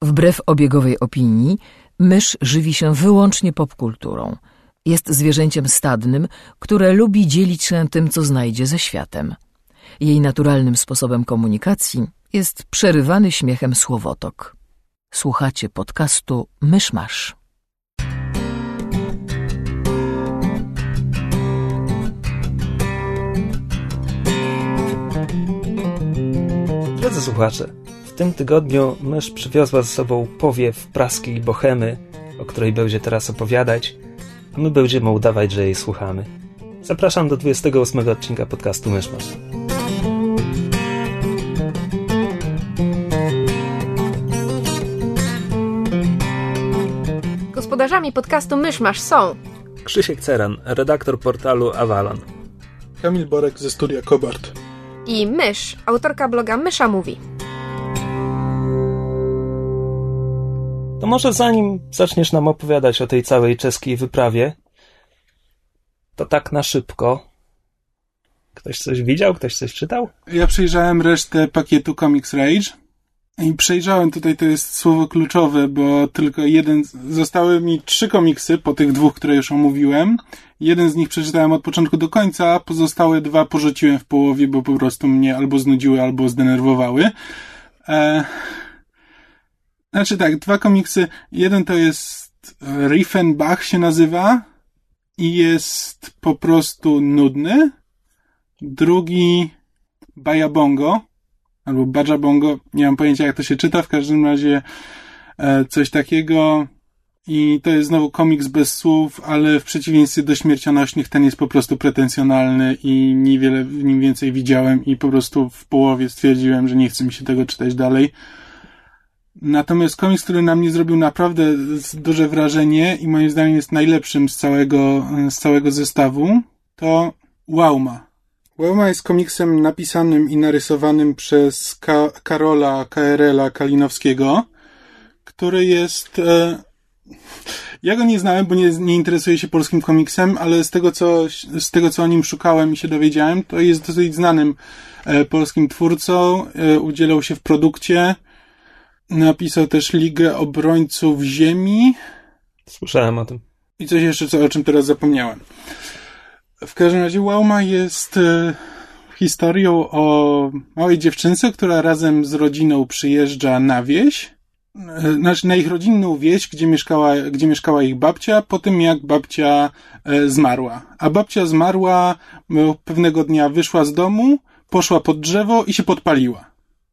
Wbrew obiegowej opinii, mysz żywi się wyłącznie popkulturą. Jest zwierzęciem stadnym, które lubi dzielić się tym, co znajdzie ze światem. Jej naturalnym sposobem komunikacji jest przerywany śmiechem słowotok. Słuchacie podcastu Myszmasz. Drodzy słuchacze, w tym tygodniu mysz przywiozła ze sobą powiew praskiej bohemy, o której będzie teraz opowiadać, a my będziemy udawać, że jej słuchamy. Zapraszam do 28 odcinka podcastu Myszmasz. Gospodarzami podcastu Myszmasz są Krzysiek Ceran, redaktor portalu Avalon. Kamil Borek ze studia Kobart. I Mysz, autorka bloga Mysza Mówi. To może zanim zaczniesz nam opowiadać o tej całej czeskiej wyprawie, to tak na szybko. Ktoś coś widział? Ktoś coś czytał? Ja przejrzałem resztę pakietu Comics Rage i przejrzałem, tutaj to jest słowo kluczowe, bo tylko zostały mi 3 komiksy po tych 2, które już omówiłem. Jeden z nich przeczytałem od początku do końca, pozostałe 2 porzuciłem w połowie, bo po prostu mnie albo znudziły, albo zdenerwowały. Znaczy tak, 2 komiksy. Jeden to jest Riefenbach się nazywa i jest po prostu nudny. Drugi Bajabongo albo Bajabongo, nie mam pojęcia jak to się czyta, w każdym razie coś takiego. I to jest znowu komiks bez słów, ale w przeciwieństwie do Śmiercionośnych ten jest po prostu pretensjonalny i niewiele w nim więcej widziałem i po prostu w połowie stwierdziłem, że nie chce mi się tego czytać dalej. Natomiast komiks, który na mnie zrobił naprawdę duże wrażenie i moim zdaniem jest najlepszym z całego zestawu, to Wauma. Wauma jest komiksem napisanym i narysowanym przez Karola KRL-a Kalinowskiego, który jest... Ja go nie znałem, bo nie interesuję się polskim komiksem, ale z tego co o nim szukałem i się dowiedziałem, to jest dosyć znanym polskim twórcą, udzielał się w Produkcie, napisał też Ligę Obrońców Ziemi. Słyszałem o tym. I coś jeszcze, o czym teraz zapomniałem. W każdym razie Wauma jest historią o małej dziewczynce, która razem z rodziną przyjeżdża na wieś. Znaczy na ich rodzinną wieś, gdzie mieszkała ich babcia, po tym jak babcia zmarła. A babcia zmarła, pewnego dnia wyszła z domu, poszła pod drzewo i się podpaliła.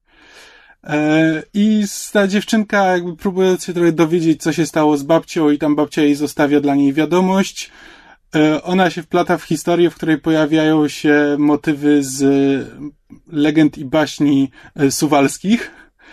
I ta dziewczynka jakby próbując się trochę dowiedzieć, co się stało z babcią i tam babcia jej zostawia dla niej wiadomość, ona się wplata w historię, w której pojawiają się motywy z legend i baśni suwalskich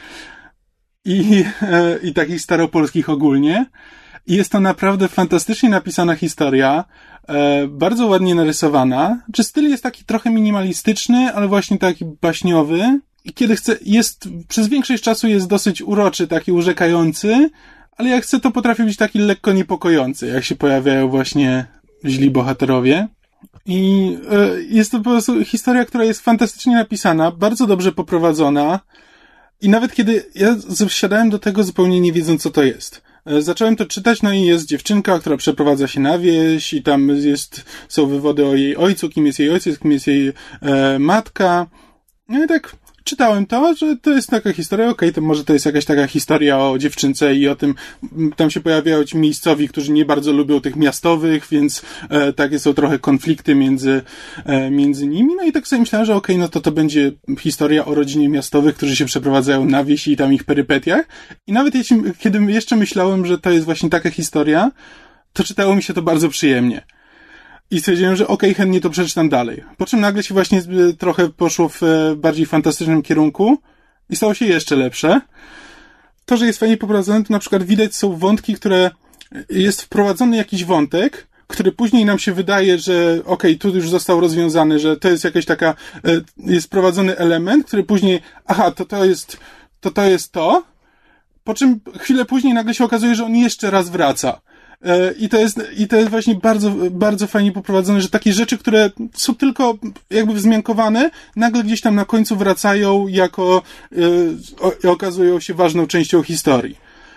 i takich staropolskich ogólnie. I jest to naprawdę fantastycznie napisana historia, bardzo ładnie narysowana. Czy styl jest taki trochę minimalistyczny, ale właśnie taki baśniowy. I kiedy przez większość czasu jest dosyć uroczy, taki urzekający, ale jak chce, to potrafi być taki lekko niepokojący, jak się pojawiają właśnie źli bohaterowie. I jest to po prostu historia, która jest fantastycznie napisana, bardzo dobrze poprowadzona. I nawet kiedy ja siadałem do tego zupełnie nie wiedząc, co to jest. Zacząłem to czytać, no i jest dziewczynka, która przeprowadza się na wieś i tam są wywody o jej ojcu, kim jest jej ojciec, kim jest jej matka. No i tak czytałem to, że to jest taka historia, okej, to może to jest jakaś taka historia o dziewczynce i o tym, tam się pojawiają ci miejscowi, którzy nie bardzo lubią tych miastowych, więc takie są trochę konflikty między nimi, no i tak sobie myślałem, że okej, no to będzie historia o rodzinie miastowych, którzy się przeprowadzają na wieś i tam ich perypetiach i nawet kiedy jeszcze myślałem, że to jest właśnie taka historia, to czytało mi się to bardzo przyjemnie. I stwierdziłem, że okej, chętnie to przeczytam dalej. Po czym nagle się właśnie trochę poszło w bardziej fantastycznym kierunku i stało się jeszcze lepsze. To, że jest fajnie poprowadzone, to na przykład widać są wątki, które jest wprowadzony jakiś wątek, który później nam się wydaje, że okej, tu już został rozwiązany, że to jest jakaś taka, jest wprowadzony element, który później, aha, to jest to, po czym chwilę później nagle się okazuje, że on jeszcze raz wraca. I to jest właśnie bardzo, bardzo fajnie poprowadzone, że takie rzeczy, które są tylko jakby wzmiankowane, nagle gdzieś tam na końcu wracają okazują się ważną częścią historii.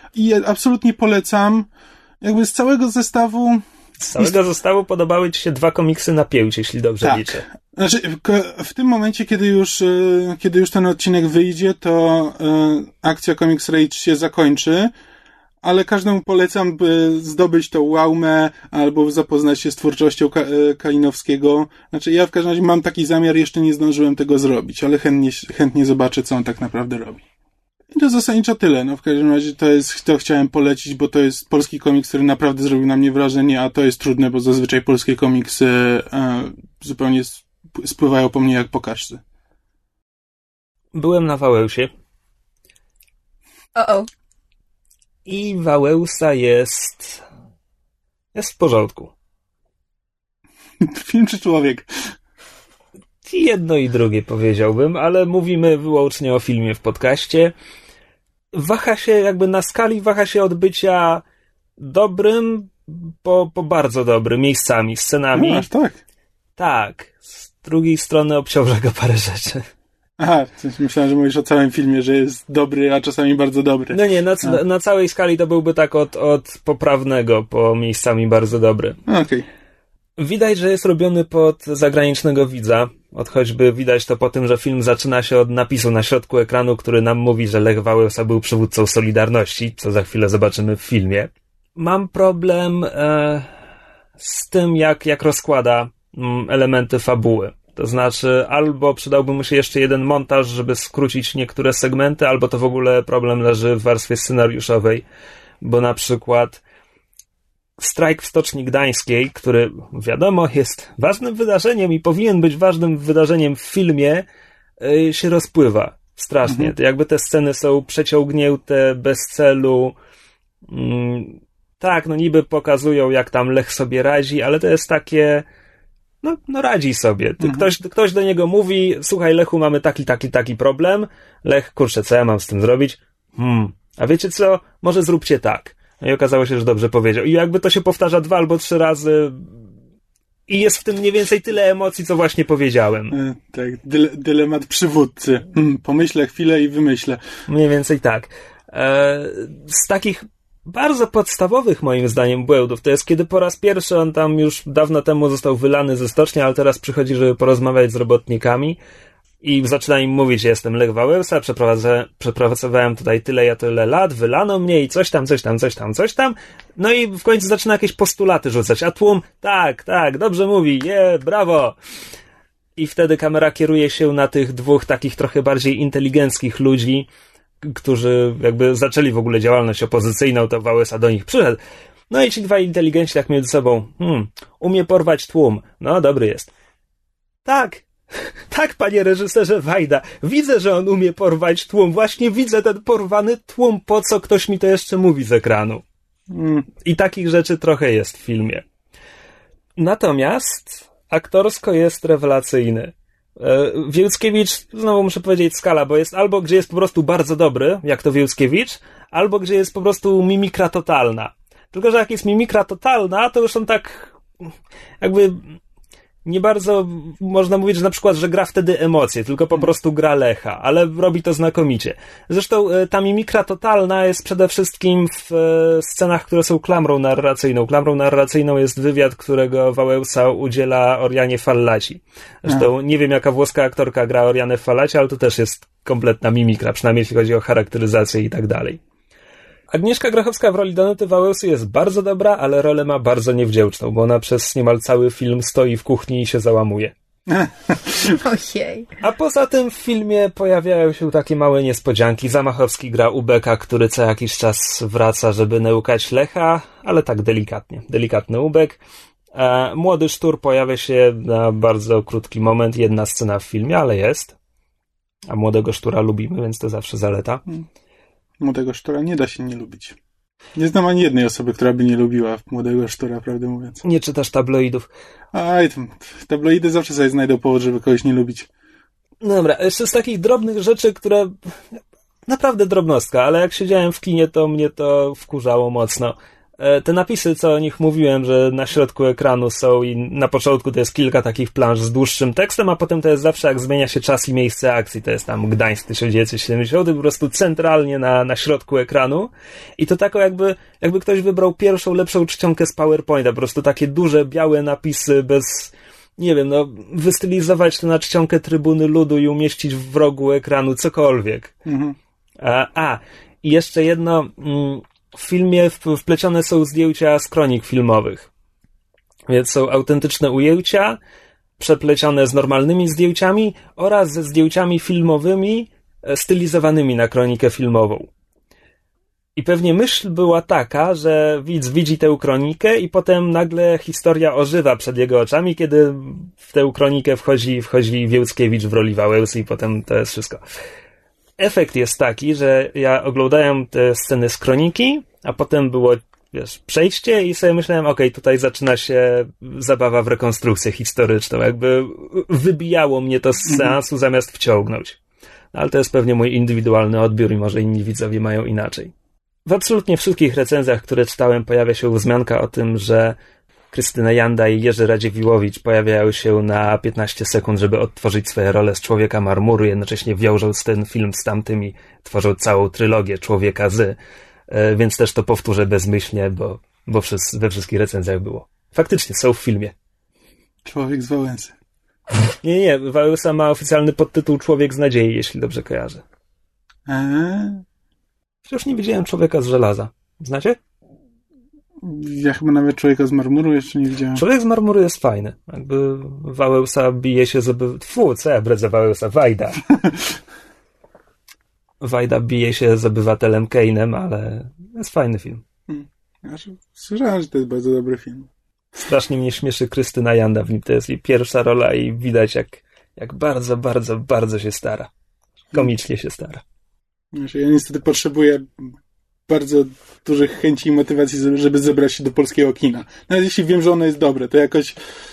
i absolutnie polecam. Jakby z całego zestawu... Z całego zestawu podobały ci się 2 komiksy na 5, jeśli dobrze liczę. Znaczy, w tym momencie, kiedy już ten odcinek wyjdzie, to akcja Comics Rage się zakończy, ale każdemu polecam, by zdobyć tą łaumę albo zapoznać się z twórczością Kalinowskiego. Znaczy, ja w każdym razie mam taki zamiar, jeszcze nie zdążyłem tego zrobić, ale chętnie zobaczę, co on tak naprawdę robi. I to zasadniczo tyle. No, w każdym razie to chciałem polecić, bo to jest polski komiks, który naprawdę zrobił na mnie wrażenie, a to jest trudne, bo zazwyczaj polskie komiksy zupełnie spływają po mnie jak po kaszce. Byłem na Wałęsie. I Wałęsa jest w porządku. Film czy człowiek? I jedno i drugie powiedziałbym, ale mówimy wyłącznie o filmie w podcaście. Waha się od bycia dobrym po bardzo dobrym miejscami, scenami. No, aż tak? Tak. Z drugiej strony obciąża go parę rzeczy. Aha, myślałem, że mówisz o całym filmie, że jest dobry, a czasami bardzo dobry. No nie, na całej skali to byłby tak od poprawnego po miejscami bardzo dobry. Okej. Widać, że jest robiony pod zagranicznego widza. Choćby widać to po tym, że film zaczyna się od napisu na środku ekranu, który nam mówi, że Lech Wałęsa był przywódcą Solidarności, co za chwilę zobaczymy w filmie. Mam problem z tym, jak rozkłada elementy fabuły. To znaczy, albo przydałby mu się jeszcze jeden montaż, żeby skrócić niektóre segmenty, albo to w ogóle problem leży w warstwie scenariuszowej, bo na przykład strajk w Stoczni Gdańskiej, który wiadomo jest ważnym wydarzeniem i powinien być ważnym wydarzeniem w filmie, się rozpływa strasznie. To jakby te sceny są przeciągnięte, bez celu. Tak, no niby pokazują, jak tam Lech sobie radzi, ale to jest takie... No radzi sobie. Ktoś do niego mówi, słuchaj Lechu, mamy taki problem. Lech, kurczę, co ja mam z tym zrobić? A wiecie co? Może zróbcie tak. No i okazało się, że dobrze powiedział. I jakby to się powtarza 2 albo 3 razy i jest w tym mniej więcej tyle emocji, co właśnie powiedziałem. Tak, dylemat przywódcy. Pomyślę chwilę i wymyślę. Mniej więcej tak. Z takich bardzo podstawowych moim zdaniem błędów to jest, kiedy po raz pierwszy on tam już dawno temu został wylany ze stoczni, ale teraz przychodzi, żeby porozmawiać z robotnikami i zaczyna im mówić, że jestem Lech Wałęsa, przepracowałem tutaj tyle lat, wylano mnie i coś tam. No i w końcu zaczyna jakieś postulaty rzucać, a tłum, tak, dobrze mówi, brawo. I wtedy kamera kieruje się na tych 2 takich trochę bardziej inteligenckich ludzi, którzy jakby zaczęli w ogóle działalność opozycyjną, to Wałęsa do nich przyszedł. No i ci 2 inteligenci tak między sobą, umie porwać tłum. No, dobry jest. Tak, panie reżyserze Wajda, widzę, że on umie porwać tłum. Właśnie widzę ten porwany tłum, po co ktoś mi to jeszcze mówi z ekranu. I takich rzeczy trochę jest w filmie. Natomiast aktorsko jest rewelacyjny. Wiełckiewicz, znowu muszę powiedzieć skala, bo jest albo gdzie jest po prostu bardzo dobry, jak to Wiełckiewicz, albo gdzie jest po prostu mimikra totalna. Tylko że jak jest mimikra totalna, to już on tak jakby nie bardzo można mówić, że na przykład, że gra wtedy emocje, tylko po prostu gra Lecha, ale robi to znakomicie. Zresztą ta mimikra totalna jest przede wszystkim w scenach, które są klamrą narracyjną. Klamrą narracyjną jest wywiad, którego Wałęsa udziela Orianie Fallaci. Zresztą nie wiem, jaka włoska aktorka gra Orianę Fallaci, ale to też jest kompletna mimikra, przynajmniej jeśli chodzi o charakteryzację i tak dalej. Agnieszka Grochowska w roli Danuty Wałęsy jest bardzo dobra, ale rolę ma bardzo niewdzięczną, bo ona przez niemal cały film stoi w kuchni i się załamuje. Ojej. A poza tym w filmie pojawiają się takie małe niespodzianki. Zamachowski gra Ubeka, który co jakiś czas wraca, żeby neukać Lecha, ale tak delikatnie. Delikatny Ubek. Młody Sztur pojawia się na bardzo krótki moment, 1 scena w filmie, ale jest. A młodego Sztura lubimy, więc to zawsze zaleta. Młodego Sztura nie da się nie lubić. Nie znam ani jednej osoby, która by nie lubiła Młodego Sztura, prawdę mówiąc. Nie czytasz tabloidów. Aj, tabloidy zawsze sobie znajdą powód, żeby kogoś nie lubić. Dobra, jeszcze z takich drobnych rzeczy, które... Naprawdę drobnostka, ale jak siedziałem w kinie, to mnie to wkurzało mocno. te napisy, co o nich mówiłem, że na środku ekranu są i na początku to jest kilka takich plansz z dłuższym tekstem, a potem to jest zawsze, jak zmienia się czas i miejsce akcji, to jest tam Gdańsk 1970, po prostu centralnie na środku ekranu i to tako jakby ktoś wybrał pierwszą, lepszą czcionkę z PowerPointa, po prostu takie duże, białe napisy bez, nie wiem, no, wystylizować to na czcionkę Trybuny Ludu i umieścić w rogu ekranu, cokolwiek. Mhm. I jeszcze jedno, w filmie wplecione są zdjęcia z kronik filmowych. Więc są autentyczne ujęcia, przeplecione z normalnymi zdjęciami oraz ze zdjęciami filmowymi stylizowanymi na kronikę filmową. I pewnie myśl była taka, że widz widzi tę kronikę i potem nagle historia ożywa przed jego oczami, kiedy w tę kronikę wchodzi Wiełckiewicz w roli Wałęsy i potem to jest wszystko. Efekt jest taki, że ja oglądałem te sceny z kroniki, a potem było, przejście i sobie myślałem, okej, tutaj zaczyna się zabawa w rekonstrukcję historyczną. Jakby wybijało mnie to z seansu zamiast wciągnąć. Ale to jest pewnie mój indywidualny odbiór i może inni widzowie mają inaczej. W absolutnie wszystkich recenzjach, które czytałem, pojawia się wzmianka o tym, że Krystyna Janda i Jerzy Radziwiłłowicz pojawiają się na 15 sekund, żeby odtworzyć swoje role z Człowieka Marmuru, jednocześnie wiążą ten film z tamtym i tworzą całą trylogię Człowieka z. Więc też to powtórzę bezmyślnie, bo we wszystkich recenzjach było. Faktycznie, są w filmie. Człowiek z Wałęsy. Nie, Wałęsa ma oficjalny podtytuł Człowiek z nadziei, jeśli dobrze kojarzę. Przecież nie widziałem Człowieka z żelaza. Znacie? Ja chyba nawet Człowieka z Marmuru jeszcze nie widziałem. Człowiek z Marmuru jest fajny. Jakby Wałęsa bije się z co ja bredzę Wałęsa? Wajda. Wajda bije się z obywatelem Kane'em, ale jest fajny film. Słyszałem, że to jest bardzo dobry film. Strasznie mnie śmieszy Krystyna Janda w nim. To jest jej pierwsza rola i widać jak bardzo, bardzo, bardzo się stara. Komicznie się stara. Ja niestety potrzebuję bardzo dużych chęci i motywacji, żeby zebrać się do polskiego kina. Nawet jeśli wiem, że ono jest dobre, to jakoś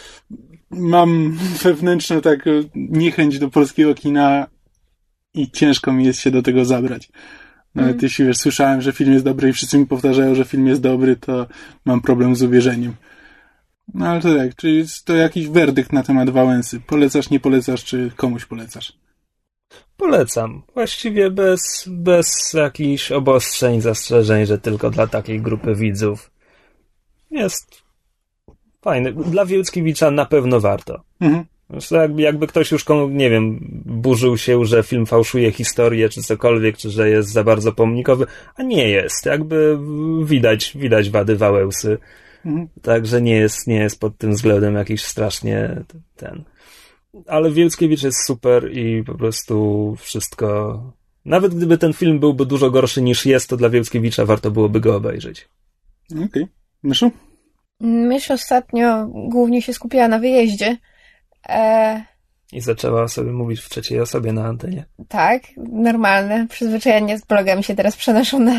mam wewnętrzną tak niechęć do polskiego kina i ciężko mi jest się do tego zabrać. Nawet jeśli słyszałem, że film jest dobry i wszyscy mi powtarzają, że film jest dobry, to mam problem z uwierzeniem. No ale to tak, czyli jest to jakiś werdykt na temat Wałęsy. Polecasz, nie polecasz, czy komuś polecasz? Polecam. Właściwie bez jakichś obostrzeń, zastrzeżeń, że tylko dla takiej grupy widzów. Jest fajny. Dla Wiełckiewicza na pewno warto. Jakby ktoś już, nie wiem, burzył się, że film fałszuje historię, czy cokolwiek, czy że jest za bardzo pomnikowy, a nie jest. Jakby widać wady Wałęsy. Także nie jest pod tym względem jakiś strasznie ten... Ale Wiełckiewicz jest super i po prostu wszystko... Nawet gdyby ten film byłby dużo gorszy niż jest, to dla Wiełckiewicza warto byłoby go obejrzeć. Okej. Myszu? Mysz ostatnio głównie się skupiała na wyjeździe. I zaczęła sobie mówić w trzeciej osobie na antenie. Tak, normalne. Przyzwyczajenie z bloga mi się teraz przenoszą na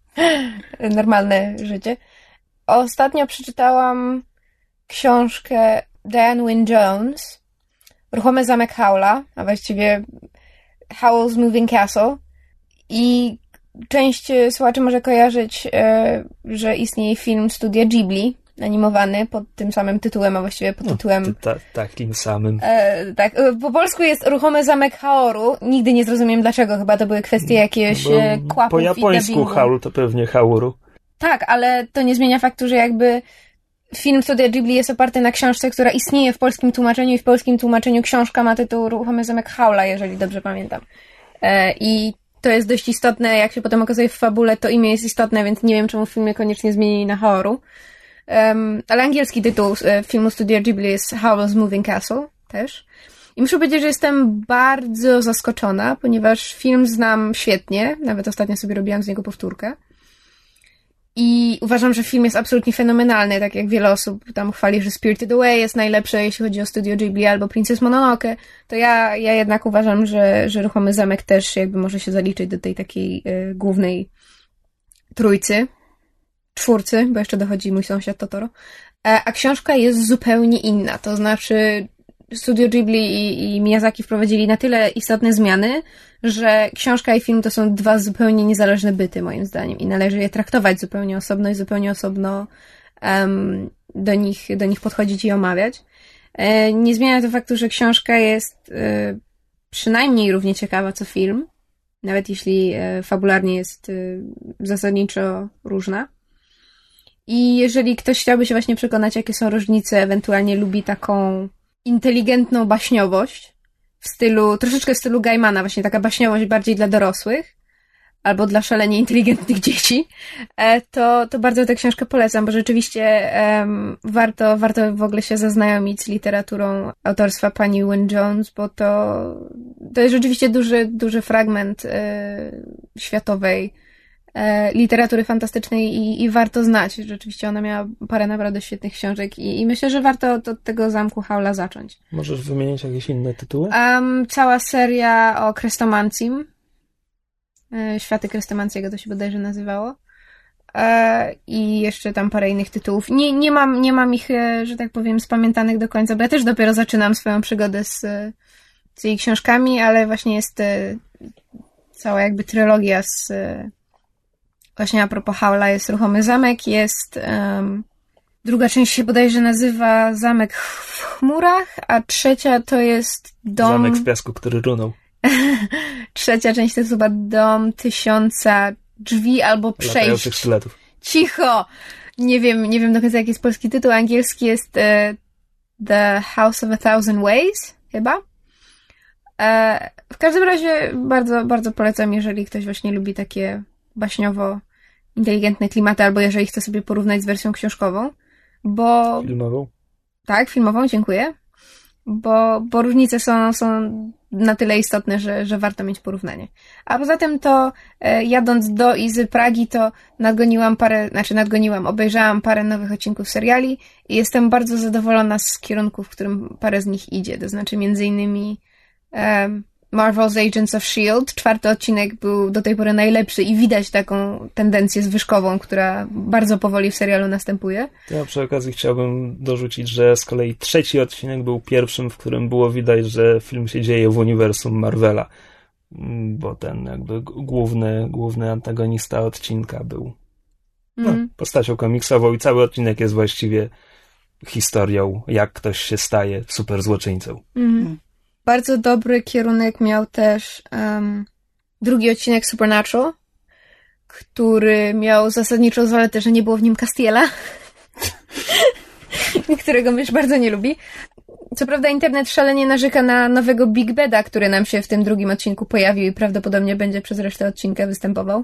normalne życie. Ostatnio przeczytałam książkę Diane Wynne Jones, Ruchomy zamek Howla, a właściwie Howl's Moving Castle. I część słuchaczy może kojarzyć, że istnieje film studia Ghibli, animowany pod tym samym tytułem, a właściwie pod tytułem... Takim samym. Tak, po polsku jest Ruchomy zamek Haoru. Nigdy nie zrozumiem dlaczego, chyba to były kwestie jakieś kłapów po japońsku Haul to pewnie Hauru. Tak, ale to nie zmienia faktu, że jakby film studia Ghibli jest oparty na książce, która istnieje w polskim tłumaczeniu i w polskim tłumaczeniu książka ma tytuł Ruchomy zamek Haula, jeżeli dobrze pamiętam. I to jest dość istotne, jak się potem okazuje w fabule, to imię jest istotne, więc nie wiem, czemu w filmie koniecznie zmienili na Haoru. Ale angielski tytuł filmu studia Ghibli jest Howl's Moving Castle też. I muszę powiedzieć, że jestem bardzo zaskoczona, ponieważ film znam świetnie, nawet ostatnio sobie robiłam z niego powtórkę. I uważam, że film jest absolutnie fenomenalny, tak jak wiele osób tam chwali, że Spirited Away jest najlepsze, jeśli chodzi o studio Ghibli, albo Princess Mononoke, to ja jednak uważam, że Ruchomy zamek też jakby może się zaliczyć do tej takiej głównej trójcy, czwórcy, bo jeszcze dochodzi mój sąsiad Totoro. A książka jest zupełnie inna, to znaczy Studio Ghibli i Miyazaki wprowadzili na tyle istotne zmiany, że książka i film to są dwa zupełnie niezależne byty, moim zdaniem. I należy je traktować zupełnie osobno i zupełnie osobno do nich podchodzić i omawiać. Nie zmienia to faktu, że książka jest przynajmniej równie ciekawa co film, nawet jeśli fabularnie jest zasadniczo różna. I jeżeli ktoś chciałby się właśnie przekonać, jakie są różnice, ewentualnie lubi taką inteligentną baśniowość troszeczkę w stylu Gaimana, właśnie taka baśniowość bardziej dla dorosłych, albo dla szalenie inteligentnych dzieci, to bardzo tę książkę polecam, bo rzeczywiście warto w ogóle się zaznajomić z literaturą autorstwa pani Wynne Jones, bo to jest rzeczywiście duży fragment światowej literatury fantastycznej i warto znać. Rzeczywiście ona miała parę naprawdę świetnych książek i myślę, że warto od tego Zamku Howla zacząć. Możesz wymienić jakieś inne tytuły? Cała seria o Krestomancim. Światy Krestomancjego to się bodajże nazywało. I jeszcze tam parę innych tytułów. Nie mam ich, że tak powiem, spamiętanych do końca, bo ja też dopiero zaczynam swoją przygodę z jej książkami, ale właśnie jest cała jakby trylogia właśnie a propos Howla jest Ruchomy Zamek, jest druga część się bodajże nazywa Zamek w chmurach, a trzecia to jest Dom... Zamek z piasku, który runął. Trzecia część to jest chyba Dom Tysiąca Drzwi albo Przejść. Latających sztyletów. Cicho! Nie wiem do końca jaki jest polski tytuł. Angielski jest The House of a Thousand Ways, chyba. W każdym razie bardzo, bardzo polecam, jeżeli ktoś właśnie lubi takie baśniowo inteligentne klimaty, albo jeżeli chce sobie porównać z wersją książkową, bo... Filmową? Tak, filmową, dziękuję. Bo różnice są na tyle istotne, że warto mieć porównanie. A poza tym to jadąc do i z Pragi, to obejrzałam parę nowych odcinków seriali i jestem bardzo zadowolona z kierunku, w którym parę z nich idzie. To znaczy między innymi Marvel's Agents of S.H.I.E.L.D. 4. odcinek był do tej pory najlepszy i widać taką tendencję zwyżkową, która bardzo powoli w serialu następuje. Ja przy okazji chciałbym dorzucić, że z kolei 3. odcinek był pierwszym, w którym było widać, że film się dzieje w uniwersum Marvela, bo ten jakby główny antagonista odcinka był postacią komiksową i cały odcinek jest właściwie historią, jak ktoś się staje super złoczyńcą. Bardzo dobry kierunek miał też 2. odcinek Supernatural, który miał zasadniczą zaletę, że nie było w nim Castiela, którego mysz bardzo nie lubi. Co prawda internet szalenie narzeka na nowego Big Beda, który nam się w tym 2. odcinku pojawił i prawdopodobnie będzie przez resztę odcinka występował.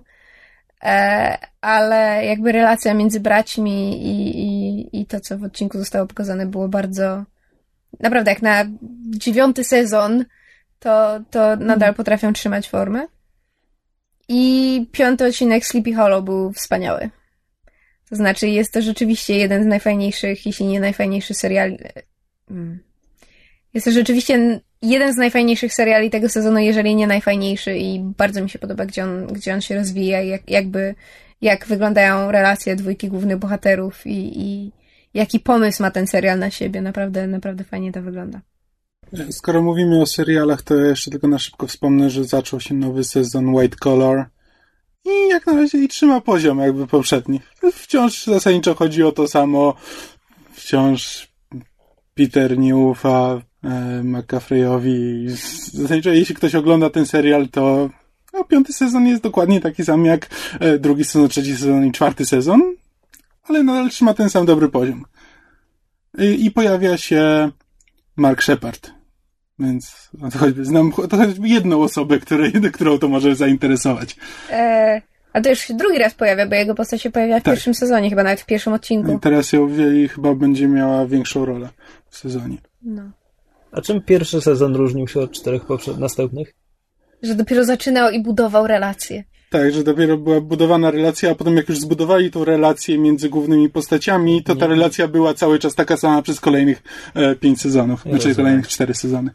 Ale jakby relacja między braćmi i to, co w odcinku zostało pokazane, było bardzo... Naprawdę, jak na 9. sezon, to nadal potrafią trzymać formę. I 5. odcinek Sleepy Hollow był wspaniały. To znaczy, jest to rzeczywiście jeden z najfajniejszych, jeśli nie najfajniejszy serial. Jest to rzeczywiście jeden z najfajniejszych seriali tego sezonu, jeżeli nie najfajniejszy i bardzo mi się podoba, gdzie on się rozwija i jak wyglądają relacje dwójki głównych bohaterów i jaki pomysł ma ten serial na siebie. Naprawdę fajnie to wygląda. Skoro mówimy o serialach, to ja jeszcze tylko na szybko wspomnę, że zaczął się nowy sezon White Collar i jak na razie trzyma poziom jakby poprzedni. Wciąż zasadniczo chodzi o to samo. Wciąż Peter nie ufa McCaffreyowi. Zasadniczo jeśli ktoś ogląda ten serial, to 5. sezon jest dokładnie taki sam jak 2. sezon, 3. sezon i 4. sezon, ale nadal trzyma ten sam dobry poziom. I pojawia się Mark Shepard. Więc znam choćby jedną osobę, którą to może zainteresować. A to już się drugi raz pojawia, bo jego postać się pojawia w pierwszym sezonie, chyba nawet w pierwszym odcinku. Teraz ją wzięli, chyba będzie miała większą rolę w sezonie. No. A czym pierwszy sezon różnił się od 4 następnych? Że dopiero zaczynał i budował relacje. Tak, że dopiero była budowana relacja, a potem jak już zbudowali tą relację między głównymi postaciami, to ta relacja była cały czas taka sama przez kolejnych 5 sezonów, kolejnych 4 sezony.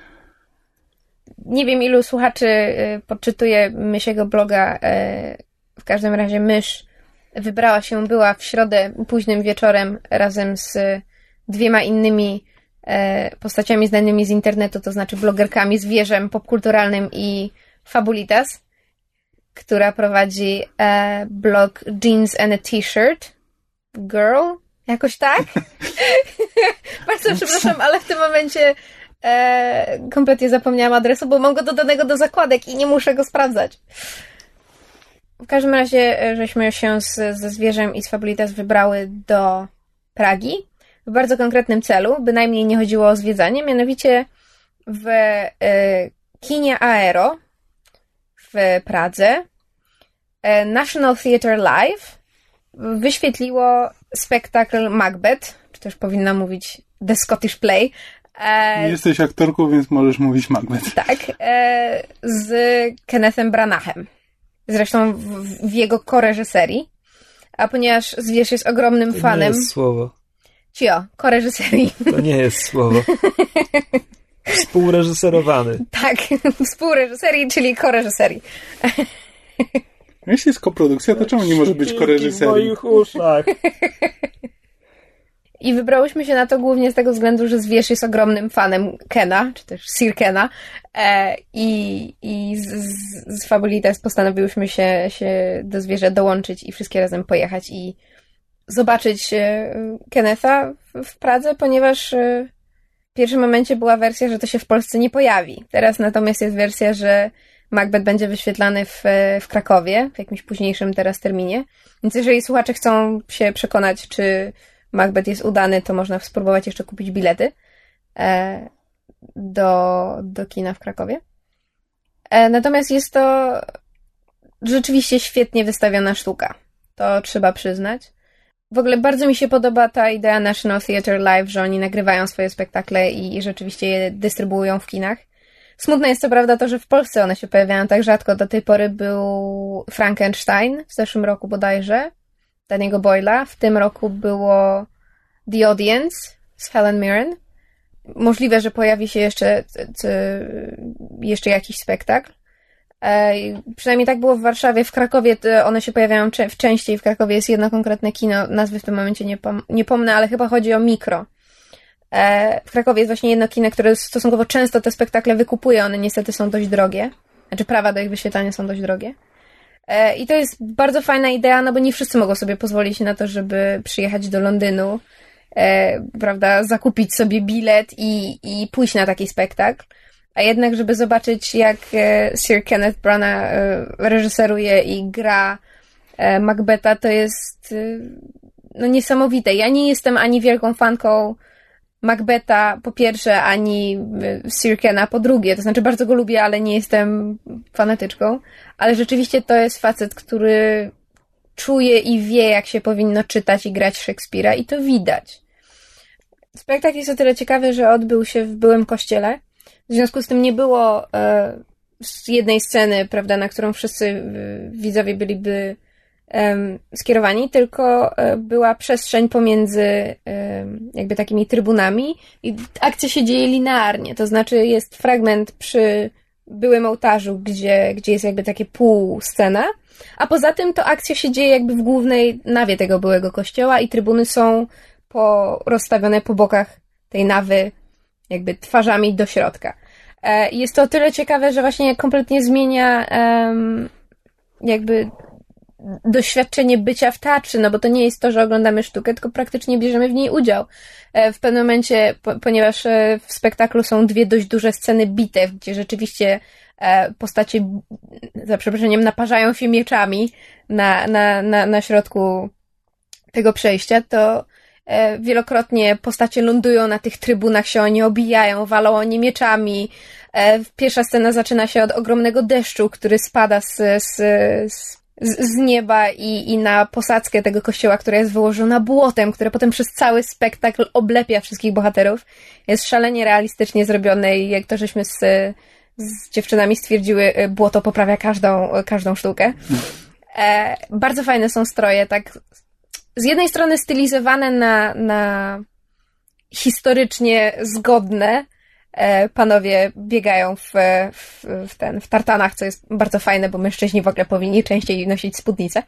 Nie wiem, ilu słuchaczy podczytuje Mysiego bloga. W każdym razie Mysz była w środę późnym wieczorem razem z 2 innymi postaciami znanymi z internetu, to znaczy blogerkami, zwierzem popkulturalnym i Fabulitas, która prowadzi blog Jeans and a T-shirt Girl, jakoś tak? Bardzo przepraszam, ale w tym momencie kompletnie zapomniałam adresu, bo mam go dodanego do zakładek i nie muszę go sprawdzać. W każdym razie żeśmy się ze zwierzem i z Fabulitas wybrały do Pragi w bardzo konkretnym celu, bynajmniej nie chodziło o zwiedzanie, mianowicie w kinie Aero w Pradze National Theatre Live wyświetliło spektakl Macbeth, czy też powinna mówić The Scottish Play. Jesteś aktorką, więc możesz mówić Macbeth. Tak, z Kennethem Branaghem. Zresztą w jego koreżyserii. A ponieważ zwierz jest ogromnym fanem... To nie jest słowo. Cio, koreżyserii. To nie jest słowo. Współreżyserowany. Tak, współreżyserii, czyli koreżyserii. Jeśli jest koprodukcja, to czemu nie może być koreżyserii? W moich uszach. I wybrałyśmy się na to głównie z tego względu, że zwierz jest ogromnym fanem Kena, czy też Sir Kena. I z Fabulitas postanowiłyśmy się do zwierza dołączyć i wszystkie razem pojechać i zobaczyć Kennetha w Pradze, ponieważ w pierwszym momencie była wersja, że to się w Polsce nie pojawi. Teraz natomiast jest wersja, że Macbeth będzie wyświetlany w Krakowie, w jakimś późniejszym teraz terminie. Więc jeżeli słuchacze chcą się przekonać, czy Macbeth jest udany, to można spróbować jeszcze kupić bilety do kina w Krakowie. Natomiast jest to rzeczywiście świetnie wystawiona sztuka. To trzeba przyznać. W ogóle bardzo mi się podoba ta idea National Theatre Live, że oni nagrywają swoje spektakle i rzeczywiście je dystrybuują w kinach. Smutne jest co prawda to, że w Polsce one się pojawiają tak rzadko. Do tej pory był Frankenstein w zeszłym roku bodajże, Danny'ego Boyla. W tym roku było The Audience z Helen Mirren. Możliwe, że pojawi się jeszcze jakiś spektakl. Przynajmniej tak było w Warszawie. W Krakowie one się pojawiają częściej. W Krakowie jest jedno konkretne kino, nazwy w tym momencie nie pomnę, ale chyba chodzi o Mikro. W Krakowie jest właśnie jedno kino, które stosunkowo często te spektakle wykupuje. One niestety są dość drogie. Znaczy prawa do ich wyświetlania są dość drogie. I to jest bardzo fajna idea, no bo nie wszyscy mogą sobie pozwolić na to, żeby przyjechać do Londynu, prawda, zakupić sobie bilet i pójść na taki spektakl. A jednak, żeby zobaczyć, jak Sir Kenneth Branagh reżyseruje i gra Macbetha, to jest no niesamowite. Ja nie jestem ani wielką fanką Macbetha po pierwsze, ani Sir Kena po drugie. To znaczy bardzo go lubię, ale nie jestem fanatyczką. Ale rzeczywiście to jest facet, który czuje i wie, jak się powinno czytać i grać Szekspira i to widać. Spektakl jest o tyle ciekawy, że odbył się w byłym kościele. W związku z tym nie było jednej sceny, prawda, na którą wszyscy widzowie byliby skierowani, tylko była przestrzeń pomiędzy jakby takimi trybunami i akcja się dzieje linearnie, to znaczy jest fragment przy byłym ołtarzu, gdzie jest jakby takie półscena, a poza tym to akcja się dzieje jakby w głównej nawie tego byłego kościoła i trybuny są rozstawione po bokach tej nawy jakby twarzami do środka. Jest to o tyle ciekawe, że właśnie kompletnie zmienia jakby doświadczenie bycia w teatrze, no bo to nie jest to, że oglądamy sztukę, tylko praktycznie bierzemy w niej udział. W pewnym momencie, ponieważ w spektaklu są dwie dość duże sceny bitew, gdzie rzeczywiście postacie, za przeproszeniem, naparzają się mieczami na środku tego przejścia, to wielokrotnie postacie lądują na tych trybunach, się oni obijają, walą oni mieczami. Pierwsza scena zaczyna się od ogromnego deszczu, który spada z nieba i na posadzkę tego kościoła, która jest wyłożona błotem, które potem przez cały spektakl oblepia wszystkich bohaterów. Jest szalenie realistycznie zrobione i jak to żeśmy z dziewczynami stwierdziły, błoto poprawia każdą sztukę. Bardzo fajne są stroje, tak z jednej strony stylizowane na historycznie zgodne. Panowie biegają w tartanach, co jest bardzo fajne, bo mężczyźni w ogóle powinni częściej nosić spódnice.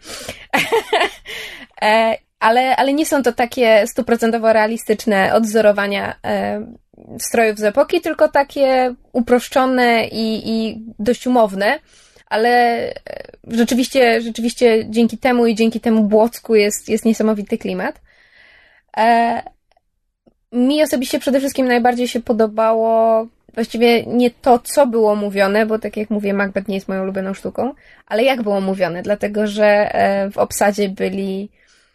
ale nie są to takie 100% realistyczne odwzorowania strojów z epoki, tylko takie uproszczone i dość umowne, ale rzeczywiście dzięki temu i dzięki temu błocku jest niesamowity klimat. Mi osobiście przede wszystkim najbardziej się podobało właściwie nie to, co było mówione, bo tak jak mówię, Macbeth nie jest moją ulubioną sztuką, ale jak było mówione, dlatego że w obsadzie byli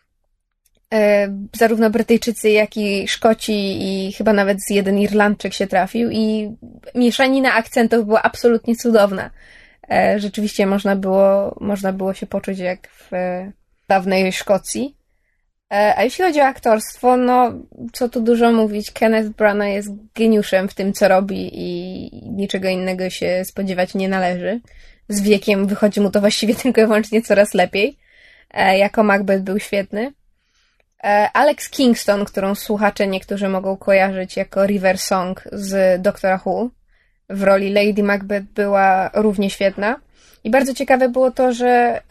zarówno Brytyjczycy, jak i Szkoci i chyba nawet jeden Irlandczyk się trafił i mieszanina akcentów była absolutnie cudowna. Rzeczywiście można było się poczuć jak w dawnej Szkocji. A jeśli chodzi o aktorstwo, no co tu dużo mówić, Kenneth Branagh jest geniuszem w tym, co robi i niczego innego się spodziewać nie należy. Z wiekiem wychodzi mu to właściwie tylko i wyłącznie coraz lepiej. Jako Macbeth był świetny. Alex Kingston, którą słuchacze niektórzy mogą kojarzyć jako River Song z Doctora Who, w roli Lady Macbeth była równie świetna. I bardzo ciekawe było to, że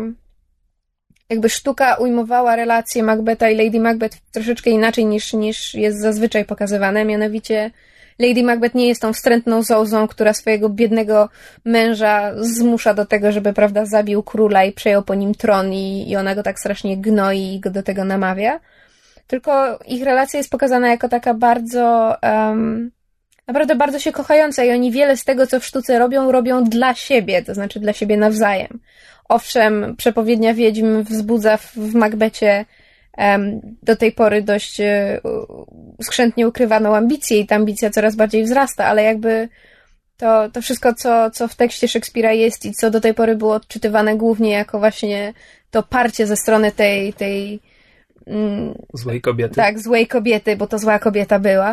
jakby sztuka ujmowała relacje Macbetha i Lady Macbeth troszeczkę inaczej niż jest zazwyczaj pokazywane. Mianowicie Lady Macbeth nie jest tą wstrętną zołzą, która swojego biednego męża zmusza do tego, żeby, prawda, zabił króla i przejął po nim tron i ona go tak strasznie gnoi i go do tego namawia. Tylko ich relacja jest pokazana jako taka bardzo, naprawdę bardzo się kochająca i oni wiele z tego, co w sztuce robią dla siebie, to znaczy dla siebie nawzajem. Owszem, przepowiednia wiedźm wzbudza w Macbethie do tej pory dość skrzętnie ukrywaną ambicję i ta ambicja coraz bardziej wzrasta, ale jakby to wszystko, co w tekście Szekspira jest i co do tej pory było odczytywane głównie jako właśnie to parcie ze strony tej złej kobiety. Tak, złej kobiety, bo to zła kobieta była.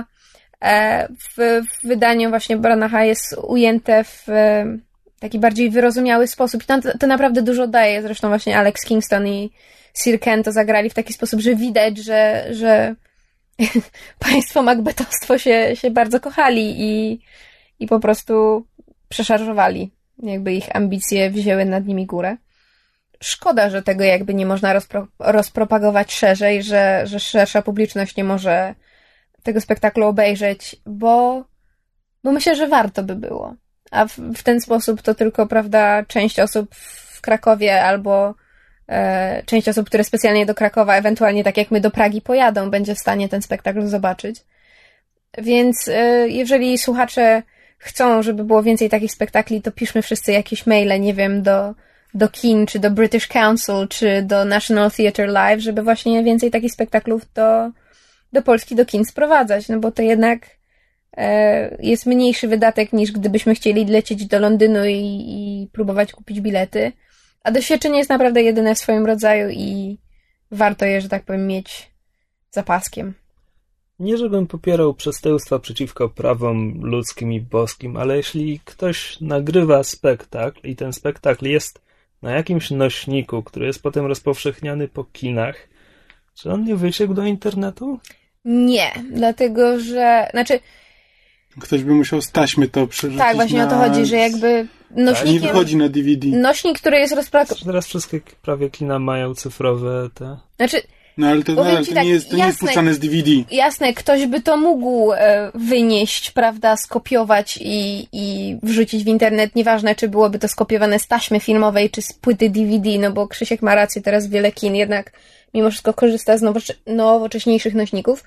W wydaniu właśnie Branagha jest ujęte w taki bardziej wyrozumiały sposób i to naprawdę dużo daje. Zresztą właśnie Alex Kingston i Sir Ken to zagrali w taki sposób, że widać, że państwo Macbethowstwo się bardzo kochali i po prostu przeszarżowali. Jakby ich ambicje wzięły nad nimi górę. Szkoda, że tego jakby nie można rozpropagować szerzej, że szersza publiczność nie może tego spektaklu obejrzeć, bo myślę, że warto by było. A w ten sposób to tylko, prawda, część osób w Krakowie albo część osób, które specjalnie do Krakowa, ewentualnie tak jak my do Pragi pojadą, będzie w stanie ten spektakl zobaczyć. Więc jeżeli słuchacze chcą, żeby było więcej takich spektakli, to piszmy wszyscy jakieś maile, nie wiem, do kin, czy do British Council, czy do National Theatre Live, żeby właśnie więcej takich spektaklów do Polski, do kin sprowadzać, no bo to jednak jest mniejszy wydatek niż gdybyśmy chcieli lecieć do Londynu i próbować kupić bilety. A doświadczenie jest naprawdę jedyne w swoim rodzaju i warto je, że tak powiem, mieć za paskiem. Nie żebym popierał przestępstwa przeciwko prawom ludzkim i boskim, ale jeśli ktoś nagrywa spektakl i ten spektakl jest na jakimś nośniku, który jest potem rozpowszechniany po kinach, czy on nie wyciekł do internetu? Nie, dlatego że... Ktoś by musiał z taśmy to przerzucić. Tak, właśnie o to chodzi, że jakby nośnikiem... Nie wychodzi na DVD. Nośnik, który jest Teraz wszystkie prawie kina mają cyfrowe te... No ale to nie jest puszczane z DVD. Jasne, ktoś by to mógł wynieść, prawda, skopiować i wrzucić w internet. Nieważne, czy byłoby to skopiowane z taśmy filmowej, czy z płyty DVD, no bo Krzysiek ma rację, teraz wiele kin jednak mimo wszystko korzysta z nowocześniejszych nośników.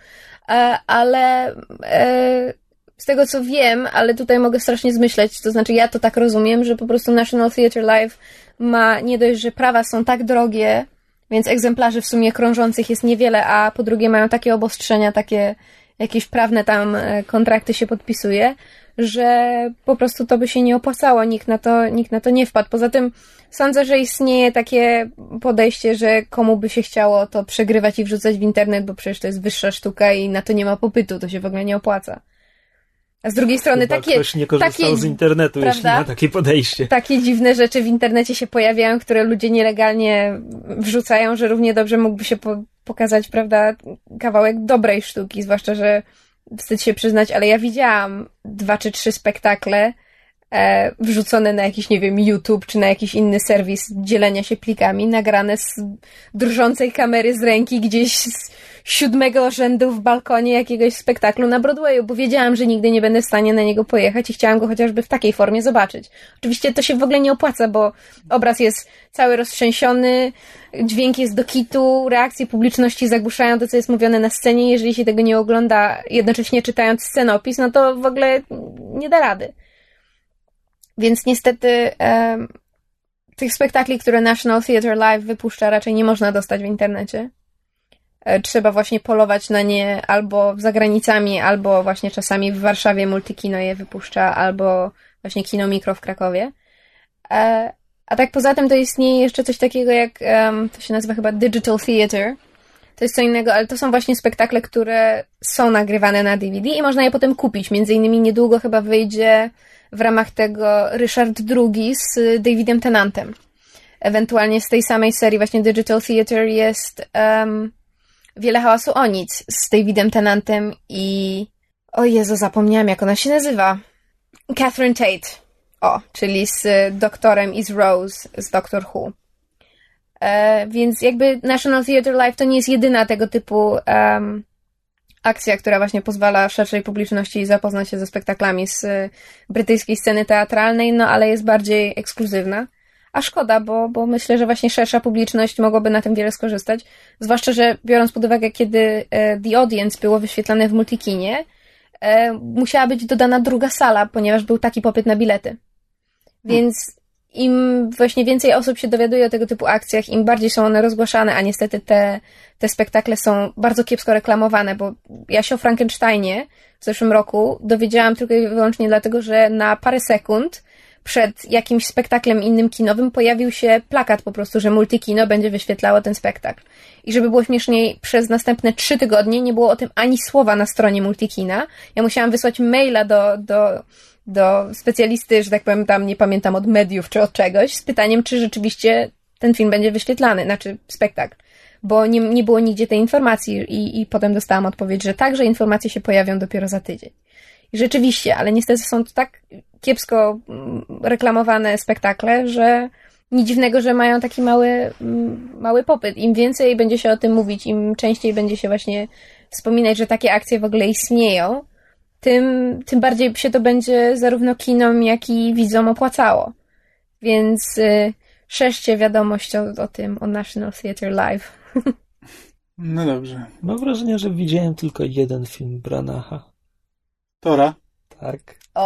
Ale z tego, co wiem, ale tutaj mogę strasznie zmyśleć, to znaczy ja to tak rozumiem, że po prostu National Theatre Live ma nie dość, że prawa są tak drogie, więc egzemplarzy w sumie krążących jest niewiele, a po drugie mają takie obostrzenia, takie jakieś prawne tam kontrakty się podpisuje, że po prostu to by się nie opłacało, nikt na to nie wpadł. Poza tym sądzę, że istnieje takie podejście, że komu by się chciało to przegrywać i wrzucać w internet, bo przecież to jest wyższa sztuka i na to nie ma popytu, to się w ogóle nie opłaca. A z drugiej strony ktoś nie korzystał z internetu, prawda? Jeśli ma takie podejście. Takie dziwne rzeczy w internecie się pojawiają, które ludzie nielegalnie wrzucają, że równie dobrze mógłby się pokazać, prawda, kawałek dobrej sztuki, zwłaszcza, że wstyd się przyznać, ale ja widziałam 2 czy 3 spektakle wrzucone na jakiś, nie wiem, YouTube, czy na jakiś inny serwis dzielenia się plikami, nagrane z drżącej kamery z ręki gdzieś z 7. rzędu w balkonie jakiegoś spektaklu na Broadwayu, bo wiedziałam, że nigdy nie będę w stanie na niego pojechać i chciałam go chociażby w takiej formie zobaczyć. Oczywiście to się w ogóle nie opłaca, bo obraz jest cały roztrzęsiony, dźwięk jest do kitu, reakcje publiczności zagłuszają to, co jest mówione na scenie. Jeżeli się tego nie ogląda, jednocześnie czytając scenopis, no to w ogóle nie da rady. Więc niestety tych spektakli, które National Theatre Live wypuszcza, raczej nie można dostać w internecie. Trzeba właśnie polować na nie albo za granicami, albo właśnie czasami w Warszawie Multikino je wypuszcza, albo właśnie Kino Mikro w Krakowie. A tak poza tym to istnieje jeszcze coś takiego jak, to się nazywa chyba Digital Theatre. To jest co innego, ale to są właśnie spektakle, które są nagrywane na DVD i można je potem kupić. Między innymi niedługo chyba wyjdzie w ramach tego Ryszard II z Davidem Tennantem. Ewentualnie z tej samej serii właśnie Digital Theatre jest Wiele hałasu o nic z Davidem Tennantem i... O Jezu, zapomniałam jak ona się nazywa. Catherine Tate. O, czyli z doktorem i z Rose z Doctor Who. Więc jakby National Theatre Live to nie jest jedyna tego typu akcja, która właśnie pozwala szerszej publiczności zapoznać się ze spektaklami z brytyjskiej sceny teatralnej, no ale jest bardziej ekskluzywna. A szkoda, bo myślę, że właśnie szersza publiczność mogłaby na tym wiele skorzystać. Zwłaszcza, że biorąc pod uwagę, kiedy The Audience było wyświetlane w Multikinie, musiała być dodana druga sala, ponieważ był taki popyt na bilety. Więc im właśnie więcej osób się dowiaduje o tego typu akcjach, im bardziej są one rozgłaszane, a niestety te spektakle są bardzo kiepsko reklamowane, bo ja się o Frankensteinie w zeszłym roku dowiedziałam tylko i wyłącznie dlatego, że na parę sekund przed jakimś spektaklem innym kinowym pojawił się plakat po prostu, że Multikino będzie wyświetlało ten spektakl. I żeby było śmieszniej, przez następne 3 tygodnie nie było o tym ani słowa na stronie Multikina. Ja musiałam wysłać maila do specjalisty, że tak powiem tam, nie pamiętam, od mediów czy od czegoś, z pytaniem, czy rzeczywiście ten film będzie wyświetlany, znaczy spektakl. Bo nie było nigdzie tej informacji i potem dostałam odpowiedź, że tak, że informacje się pojawią dopiero za tydzień. I rzeczywiście, ale niestety są to tak kiepsko reklamowane spektakle, że nic dziwnego, że mają taki mały popyt. Im więcej będzie się o tym mówić, im częściej będzie się właśnie wspominać, że takie akcje w ogóle istnieją, tym bardziej się to będzie zarówno kinom, jak i widzom opłacało. Więc szerzcie wiadomość o tym, o National Theatre Live. No dobrze. Mam wrażenie, że widziałem tylko jeden film Branaha. Tora? Tak.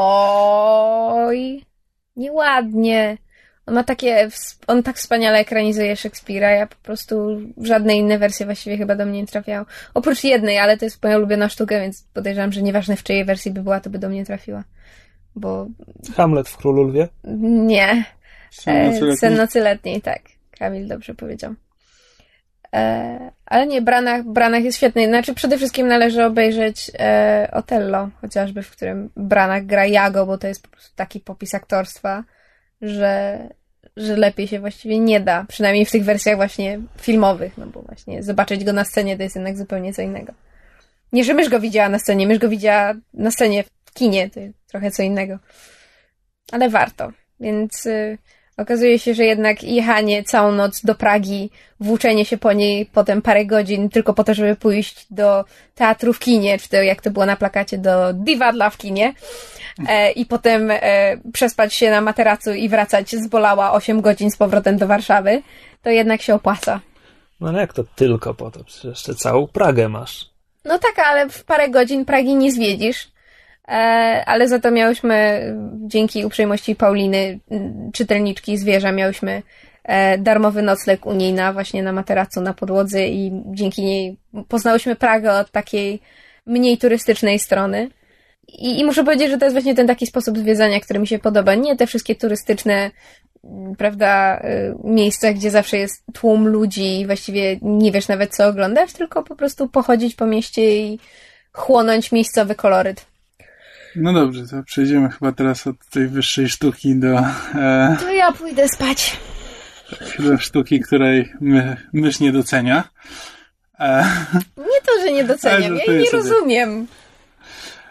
Oj, nieładnie. On tak wspaniale ekranizuje Szekspira, ja po prostu w żadnej innej wersji właściwie chyba do mnie nie trafiało. Oprócz jednej, ale to jest moja ulubiona sztuka, więc podejrzewam, że nieważne w czyjej wersji by była, to by do mnie trafiła. Bo... Hamlet w Królu Lwie? Nie. Sen nocy letniej, tak. Kamil dobrze powiedział. Ale nie, Branagh jest świetny. Znaczy przede wszystkim należy obejrzeć Otello, chociażby, w którym Branagh gra Iago, bo to jest po prostu taki popis aktorstwa, że lepiej się właściwie nie da. Przynajmniej w tych wersjach właśnie filmowych, no bo właśnie zobaczyć go na scenie to jest jednak zupełnie co innego. Nie, że mysz go widziała na scenie, mysz go widziała na scenie w kinie, to jest trochę co innego. Ale warto. Więc okazuje się, że jednak jechanie całą noc do Pragi, włóczenie się po niej potem parę godzin tylko po to, żeby pójść do teatru w kinie, czy to jak to było na plakacie, do Divadla w kinie i potem przespać się na materacu i wracać z Bolała 8 godzin z powrotem do Warszawy, to jednak się opłaca. No ale jak to tylko po to? Przecież jeszcze całą Pragę masz. No tak, ale w parę godzin Pragi nie zwiedzisz. Ale za to miałyśmy, dzięki uprzejmości Pauliny, czytelniczki Zwierza, miałyśmy darmowy nocleg u niej właśnie na materacu na podłodze i dzięki niej poznałyśmy Pragę od takiej mniej turystycznej strony. I muszę powiedzieć, że to jest właśnie ten taki sposób zwiedzania, który mi się podoba. Nie te wszystkie turystyczne, prawda, miejsca, gdzie zawsze jest tłum ludzi i właściwie nie wiesz nawet co oglądasz, tylko po prostu pochodzić po mieście i chłonąć miejscowy koloryt. No dobrze, to przejdziemy chyba teraz od tej wyższej sztuki do... To ja pójdę spać. Do sztuki, której mysz nie docenia. Nie to, że nie doceniam, ja jej nie rozumiem.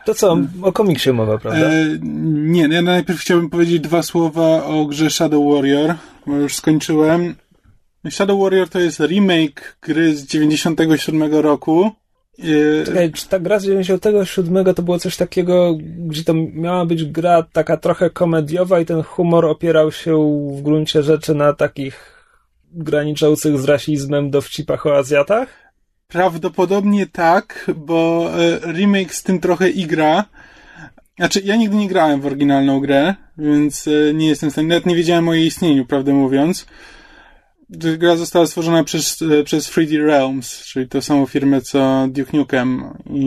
To co, o komiksie mowa, prawda? Nie, ja najpierw chciałbym powiedzieć 2 słowa o grze Shadow Warrior, bo już skończyłem. Shadow Warrior to jest remake gry z 97 roku. Czekaj, czy ta gra z 97 to było coś takiego, gdzie to miała być gra taka trochę komediowa i ten humor opierał się w gruncie rzeczy na takich graniczących z rasizmem dowcipach o Azjatach? Prawdopodobnie tak, bo remake z tym trochę igra. Znaczy, ja nigdy nie grałem w oryginalną grę, więc nie jestem w stanie, nawet nie wiedziałem o jej istnieniu, prawdę mówiąc. Gra została stworzona przez 3D Realms, czyli tą samą firmę co Duke Nukem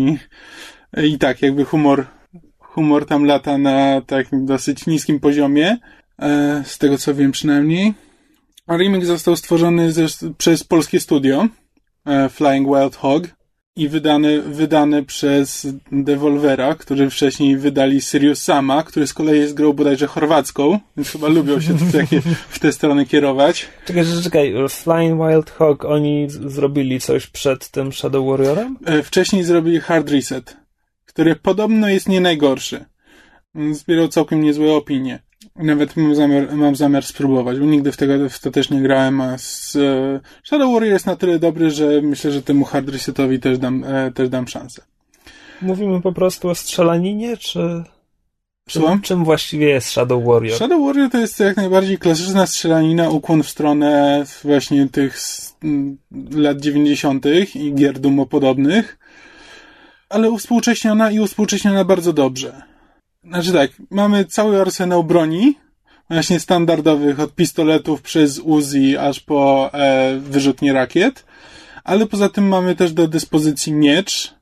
i tak, jakby humor tam lata na takim dosyć niskim poziomie, z tego co wiem przynajmniej. A remake został stworzony przez polskie studio, Flying Wild Hog, i wydany przez Devolvera, którzy wcześniej wydali Serious Sama, który z kolei jest grą bodajże chorwacką, więc chyba lubią się w tę stronę kierować. Czekaj, Flying Wild Hog, oni zrobili coś przed tym Shadow Warriorem? Wcześniej zrobili Hard Reset, który podobno jest nie najgorszy. Zbierał całkiem niezłe opinie. Nawet mam zamiar spróbować, bo nigdy w to też nie grałem, a Shadow Warrior jest na tyle dobry, że myślę, że temu Hard Resetowi też dam szansę. Mówimy po prostu o strzelaninie, czy... Czym właściwie jest Shadow Warrior? Shadow Warrior to jest jak najbardziej klasyczna strzelanina, ukłon w stronę właśnie tych lat 90. i gier podobnych, ale uwspółcześniona bardzo dobrze. Znaczy tak, mamy cały arsenał broni, właśnie standardowych, od pistoletów przez Uzi aż po wyrzutnie rakiet, ale poza tym mamy też do dyspozycji miecz,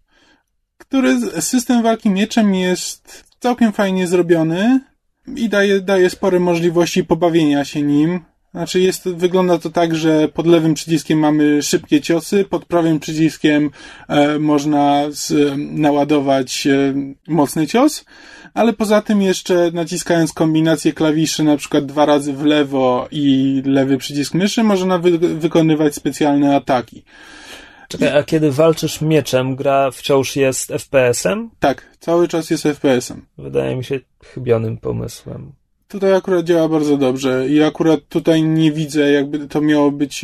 system walki mieczem jest całkiem fajnie zrobiony i daje spore możliwości pobawienia się nim. Znaczy wygląda to tak, że pod lewym przyciskiem mamy szybkie ciosy, pod prawym przyciskiem można naładować mocny cios, ale poza tym jeszcze naciskając kombinację klawiszy, na przykład 2 razy w lewo i lewy przycisk myszy, można wykonywać specjalne ataki. Czekaj, a kiedy walczysz mieczem, gra wciąż jest FPS-em? Tak, cały czas jest FPS-em. Wydaje mi się chybionym pomysłem. Tutaj akurat działa bardzo dobrze i akurat tutaj nie widzę, jakby to miało być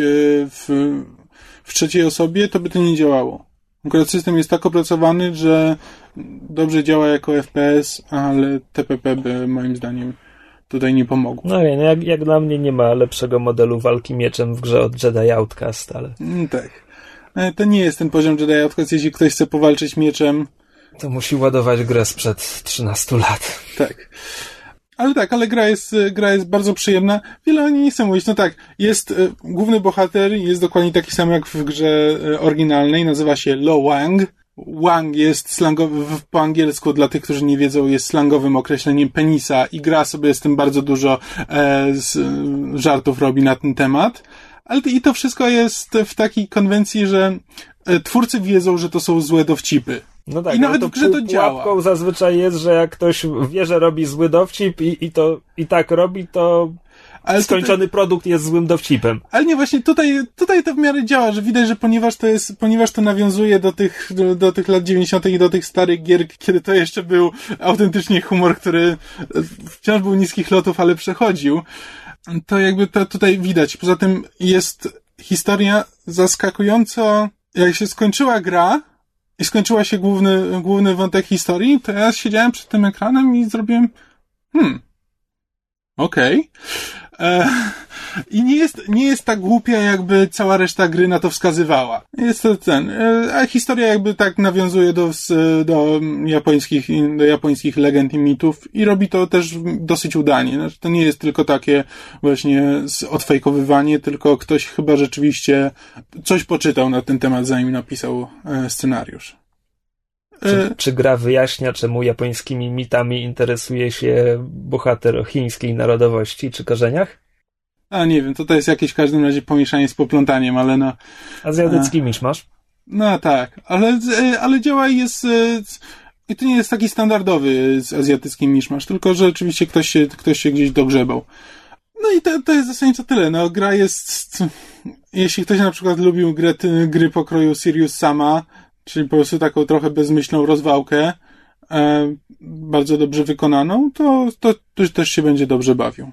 w trzeciej osobie, to by to nie działało. Akurat system jest tak opracowany, że dobrze działa jako FPS, ale TPP by moim zdaniem tutaj nie pomogło. No nie, jak dla mnie nie ma lepszego modelu walki mieczem w grze od Jedi Outcast, ale... Tak. To nie jest ten poziom Jedi Outcast, jeśli ktoś chce powalczyć mieczem. To musi ładować grę sprzed 13 lat. Tak. Ale gra jest bardzo przyjemna. Wiele o niej nie chcę mówić. No tak, główny bohater jest dokładnie taki sam jak w grze oryginalnej. Nazywa się Lo Wang. Wang jest slangowy, po angielsku dla tych, którzy nie wiedzą, jest slangowym określeniem penisa i gra sobie z tym bardzo dużo żartów robi na ten temat. Ale i to wszystko jest w takiej konwencji, że twórcy wiedzą, że to są złe dowcipy. No tak, i nawet w grze to działa. Pułapką zazwyczaj jest, że jak ktoś wie, że robi zły dowcip i tak robi, to ale skończony produkt jest złym dowcipem. Ale nie, właśnie tutaj to w miarę działa, że widać, że ponieważ to nawiązuje do tych lat 90. i do tych starych gier, kiedy to jeszcze był autentycznie humor, który wciąż był niskich lotów, ale przechodził, to jakby to tutaj widać. Poza tym jest historia zaskakująco, jak się skończyła gra i skończyła się główny wątek historii, to ja siedziałem przed tym ekranem i zrobiłem okej. I nie jest tak głupia, jakby cała reszta gry na to wskazywała. Jest to a historia jakby tak nawiązuje do japońskich legend i mitów i robi to też dosyć udanie. Znaczy, to nie jest tylko takie właśnie odfejkowywanie, tylko ktoś chyba rzeczywiście coś poczytał na ten temat, zanim napisał scenariusz. Czy gra wyjaśnia, czemu japońskimi mitami interesuje się bohater o chińskiej narodowości czy korzeniach? A nie wiem, to jest jakieś w każdym razie pomieszanie z poplątaniem, ale no... Azjatycki miszmasz? No tak, ale działa i jest... I to nie jest taki standardowy azjatycki miszmasz, tylko że oczywiście ktoś się gdzieś dogrzebał. No i to jest zasadniczo tyle. No gra jest... Jeśli ktoś na przykład lubił gry pokroju Serious Sama, czyli po prostu taką trochę bezmyślną rozwałkę, bardzo dobrze wykonaną, to też się będzie dobrze bawił.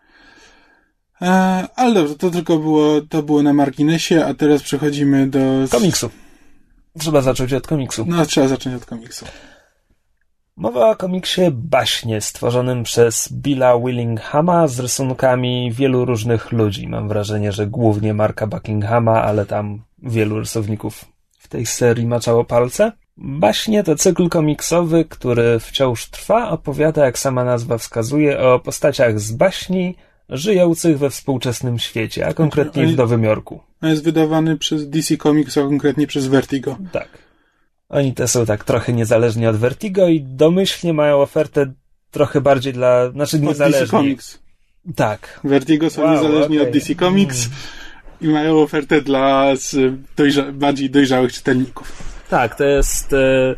Ale dobrze, to było na marginesie, a teraz przechodzimy do... komiksu. Trzeba zacząć od komiksu. No, trzeba zacząć od komiksu. Mowa o komiksie Baśnie, stworzonym przez Billa Willinghama z rysunkami wielu różnych ludzi. Mam wrażenie, że głównie Marka Buckinghama, ale tam wielu rysowników w tej serii maczało palce. Baśnie to cykl komiksowy, który wciąż trwa, opowiada, jak sama nazwa wskazuje, o postaciach z baśni żyjących we współczesnym świecie, a konkretnie w Nowym Jorku. On jest wydawany przez DC Comics, a konkretnie przez Vertigo. Tak. Oni te są tak trochę niezależni od Vertigo i domyślnie mają ofertę trochę bardziej niezależni. DC Comics. Tak. Vertigo są niezależni od DC Comics i mają ofertę dla bardziej dojrzałych czytelników. Tak, to jest...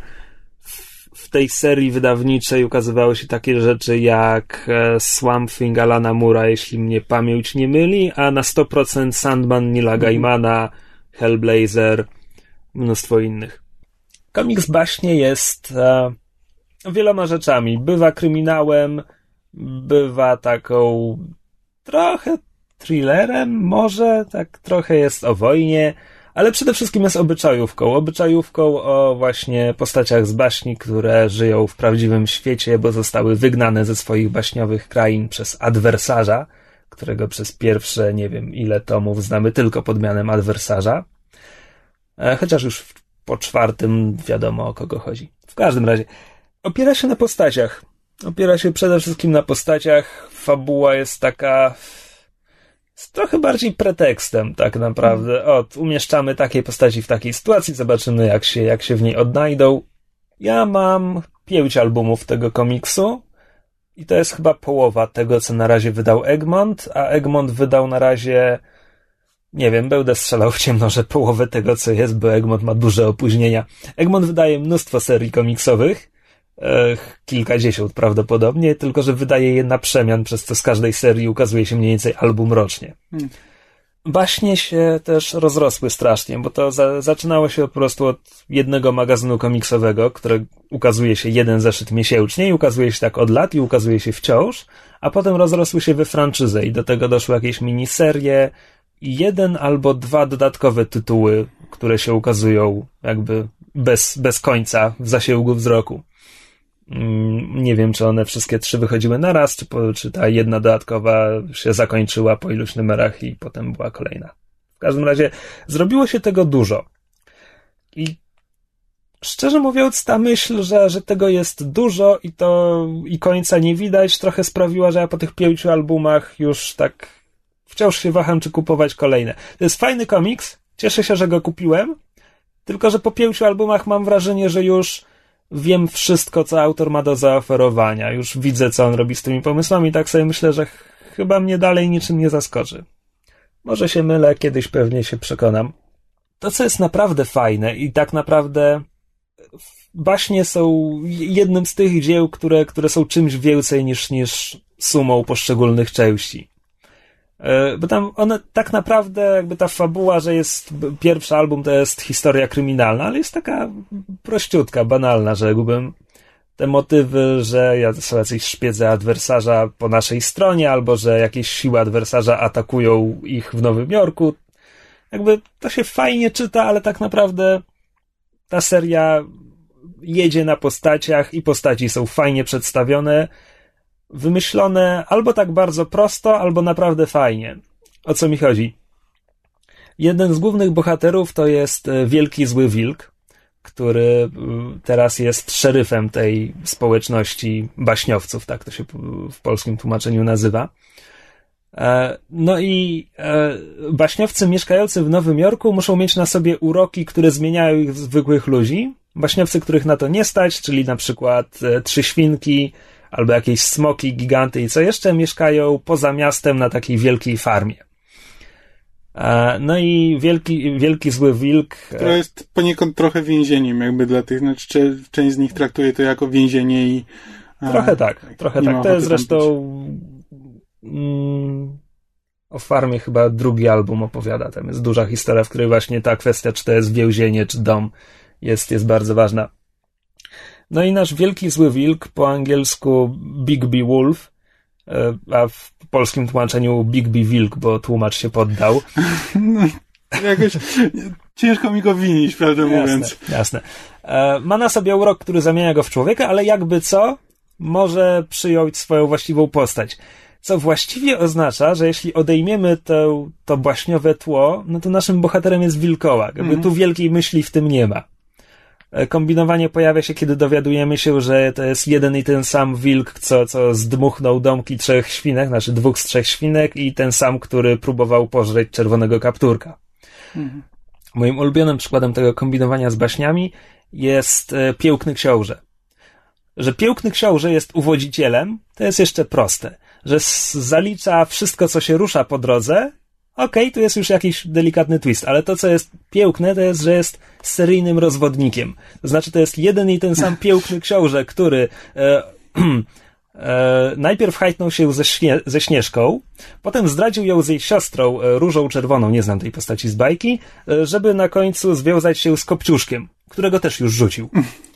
W tej serii wydawniczej ukazywały się takie rzeczy jak Swamp Thing Alana Moore'a, jeśli mnie pamięć nie myli, a na 100% Sandman Neila Gaimana, Hellblazer, mnóstwo innych. Komiks Baśnie jest wieloma rzeczami. Bywa kryminałem, bywa taką trochę thrillerem, może tak trochę jest o wojnie, ale przede wszystkim jest obyczajówką o właśnie postaciach z baśni, które żyją w prawdziwym świecie, bo zostały wygnane ze swoich baśniowych krain przez adwersarza, którego przez pierwsze nie wiem ile tomów znamy tylko pod mianem adwersarza. Chociaż już po 4 wiadomo, o kogo chodzi. W każdym razie opiera się na postaciach. Opiera się przede wszystkim na postaciach. Fabuła jest taka... jest trochę bardziej pretekstem tak naprawdę. Umieszczamy takie postaci w takiej sytuacji, zobaczymy jak się w niej odnajdą. Ja mam 5 albumów tego komiksu i to jest chyba połowa tego, co na razie wydał Egmont, a Egmont wydał na razie, nie wiem, będę strzelał w ciemno, że połowę tego, co jest, bo Egmont ma duże opóźnienia. Egmont wydaje mnóstwo serii komiksowych, kilkadziesiąt prawdopodobnie, tylko że wydaje je na przemian, przez co z każdej serii ukazuje się mniej więcej album rocznie. Baśnie się też rozrosły strasznie, bo to zaczynało się po prostu od jednego magazynu komiksowego, który ukazuje się jeden zeszyt miesięcznie i ukazuje się tak od lat i ukazuje się wciąż, a potem rozrosły się we franczyzę i do tego doszły jakieś miniserie i 1 albo 2 dodatkowe tytuły, które się ukazują jakby bez końca w zasięgu wzroku. Nie wiem, czy one wszystkie 3 wychodziły na raz, czy ta jedna dodatkowa się zakończyła po iluś numerach i potem była kolejna. W każdym razie zrobiło się tego dużo. I szczerze mówiąc, ta myśl, że tego jest dużo i końca nie widać, trochę sprawiła, że ja po tych 5 albumach już tak wciąż się waham, czy kupować kolejne. To jest fajny komiks, cieszę się, że go kupiłem, tylko że po 5 albumach mam wrażenie, że już wiem wszystko, co autor ma do zaoferowania. Już widzę, co on robi z tymi pomysłami i tak sobie myślę, że chyba mnie dalej niczym nie zaskoczy. Może się mylę, kiedyś pewnie się przekonam. To, co jest naprawdę fajne i tak naprawdę baśnie są jednym z tych dzieł, które są czymś więcej niż sumą poszczególnych części. Bo tam one tak naprawdę, jakby ta fabuła, że jest pierwszy album, to jest historia kryminalna, ale jest taka prościutka, banalna, rzekłbym. Te motywy, że są jacyś szpiedzy adwersarza po naszej stronie, albo że jakieś siły adwersarza atakują ich w Nowym Jorku. Jakby to się fajnie czyta, ale tak naprawdę ta seria jedzie na postaciach i postaci są fajnie przedstawione, wymyślone albo tak bardzo prosto, albo naprawdę fajnie. O co mi chodzi? Jeden z głównych bohaterów to jest Wielki Zły Wilk, który teraz jest szeryfem tej społeczności baśniowców, tak to się w polskim tłumaczeniu nazywa. No i baśniowcy mieszkający w Nowym Jorku muszą mieć na sobie uroki, które zmieniają ich w zwykłych ludzi. Baśniowcy, których na to nie stać, czyli na przykład 3 świnki, albo jakieś smoki, giganty i co jeszcze, mieszkają poza miastem na takiej wielkiej farmie. No i wielki Zły Wilk... To jest poniekąd trochę więzieniem jakby dla tych, znaczy część z nich traktuje to jako więzienie i... Trochę tak. To jest zresztą... o farmie chyba 2 album opowiada. Tam jest duża historia, w której właśnie ta kwestia, czy to jest więzienie, czy dom, jest bardzo ważna. No i nasz wielki zły wilk, po angielsku Bigby Wolf, a w polskim tłumaczeniu Bigby Wilk, bo tłumacz się poddał. No, jakoś ciężko mi go winić, prawdę mówiąc. Jasne. Ma na sobie urok, który zamienia go w człowieka, ale jakby co, może przyjąć swoją właściwą postać. Co właściwie oznacza, że jeśli odejmiemy to baśniowe tło, no to naszym bohaterem jest wilkołak. Jakby tu wielkiej myśli w tym nie ma. Kombinowanie pojawia się, kiedy dowiadujemy się, że to jest jeden i ten sam wilk, co zdmuchnął domki 3 świnek, znaczy 2 z 3 świnek i ten sam, który próbował pożreć czerwonego kapturka. Moim ulubionym przykładem tego kombinowania z baśniami jest Piękny Książę. Że Piękny Książę jest uwodzicielem, to jest jeszcze proste. Że zalicza wszystko, co się rusza po drodze. Okej, tu jest już jakiś delikatny twist, ale to, co jest piękne, to jest, że jest seryjnym rozwodnikiem. To znaczy, to jest jeden i ten sam Piękny Książę, który najpierw hajtnął się ze Śnieżką, potem zdradził ją z jej siostrą Różą Czerwoną, nie znam tej postaci z bajki, żeby na końcu związać się z Kopciuszkiem, którego też już rzucił.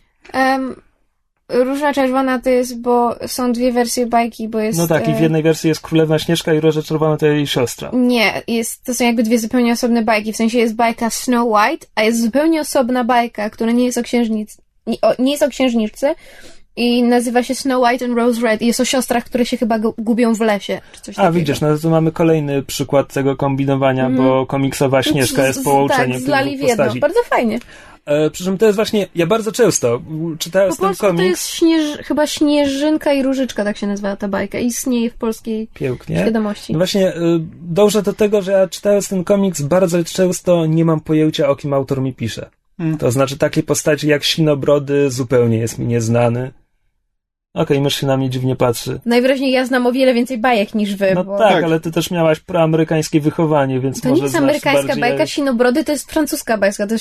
Róża Czerwona to jest, bo są 2 wersje bajki, bo jest... No tak, i w jednej wersji jest Królewna Śnieżka i Róża Czerwona to jej siostra. Nie, to są jakby 2 zupełnie osobne bajki, w sensie jest bajka Snow White, a jest zupełnie osobna bajka, która nie jest o księżniczce i nazywa się Snow White and Rose Red i jest o siostrach, które się chyba gubią w lesie, czy coś takiego. Widzisz, no to mamy kolejny przykład tego kombinowania, bo komiksowa Śnieżka jest połączeniem tych zlali w dwóch jedno. postaci. Bardzo fajnie. Przy czym to jest właśnie, ja bardzo często czytając ten komiks... to jest chyba Śnieżynka i Różyczka, tak się nazywa ta bajka. Istnieje w polskiej świadomości. No właśnie, dążę do tego, że ja czytając ten komiks bardzo często nie mam pojęcia, o kim autor mi pisze. To znaczy takie postaci jak Sinobrody zupełnie jest mi nieznany. Okej, mysz się na mnie dziwnie patrzy. Najwyraźniej ja znam o wiele więcej bajek niż wy. No bo... tak, ale ty też miałaś proamerykańskie wychowanie, więc to może nie jest znasz amerykańska bardziej... bajka, Sinobrody to jest francuska bajka, to jest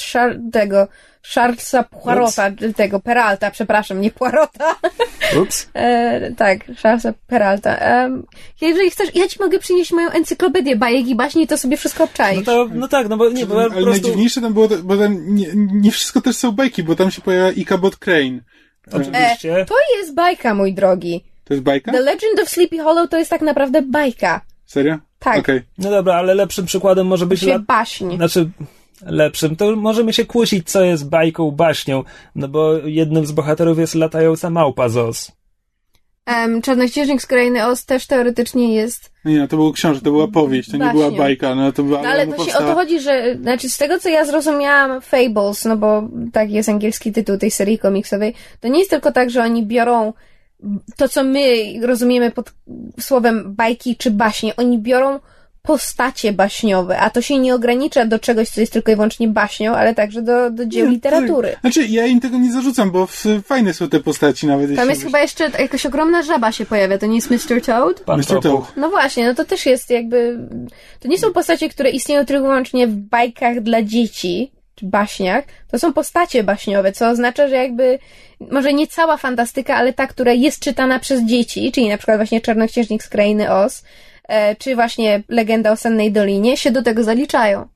Charlesa Poirota, Peralta, przepraszam, nie Poirota. Ups. Tak, Charlesa Peralta. Jeżeli chcesz, ja ci mogę przynieść moją encyklopedię bajek i baśni i to sobie wszystko obczaisz. No tak, bo nie, bo ale po prostu... najdziwniejsze tam było, bo tam nie wszystko też są bajki, bo tam się pojawia Ichabod Crane. Oczywiście. To jest bajka, mój drogi. To jest bajka? The Legend of Sleepy Hollow to jest tak naprawdę bajka. Serio? Tak. Okay. No dobra, ale lepszym przykładem może być... baśń. Znaczy, lepszym, to możemy się kłócić, co jest bajką, baśnią, no bo jednym z bohaterów jest latająca małpa z Oz. Czarnoksiężnik z Krainy Oz też teoretycznie jest... Nie, to był książek, to była powieść, to nie była bajka. No, to była, ale właśnie o to chodzi, że znaczy z tego, co ja zrozumiałam, Fables, no bo tak jest angielski tytuł tej serii komiksowej, to nie jest tylko tak, że oni biorą to, co my rozumiemy pod słowem bajki czy baśnie, oni biorą postacie baśniowe, a to się nie ogranicza do czegoś, co jest tylko i wyłącznie baśnią, ale także do dzieł literatury. Tak. Znaczy, ja im tego nie zarzucam, bo fajne są te postaci nawet. Tam jest chyba jeszcze jakaś ogromna żaba się pojawia, to nie jest Mr. Toad? Mr. Toad. No właśnie, no to też jest jakby... To nie są postacie, które istnieją tylko i wyłącznie w bajkach dla dzieci, czy baśniach, to są postacie baśniowe, co oznacza, że jakby może nie cała fantastyka, ale ta, która jest czytana przez dzieci, czyli na przykład właśnie Czarnoksiężnik z Krainy Oz, czy właśnie Legenda o Sennej Dolinie się do tego zaliczają.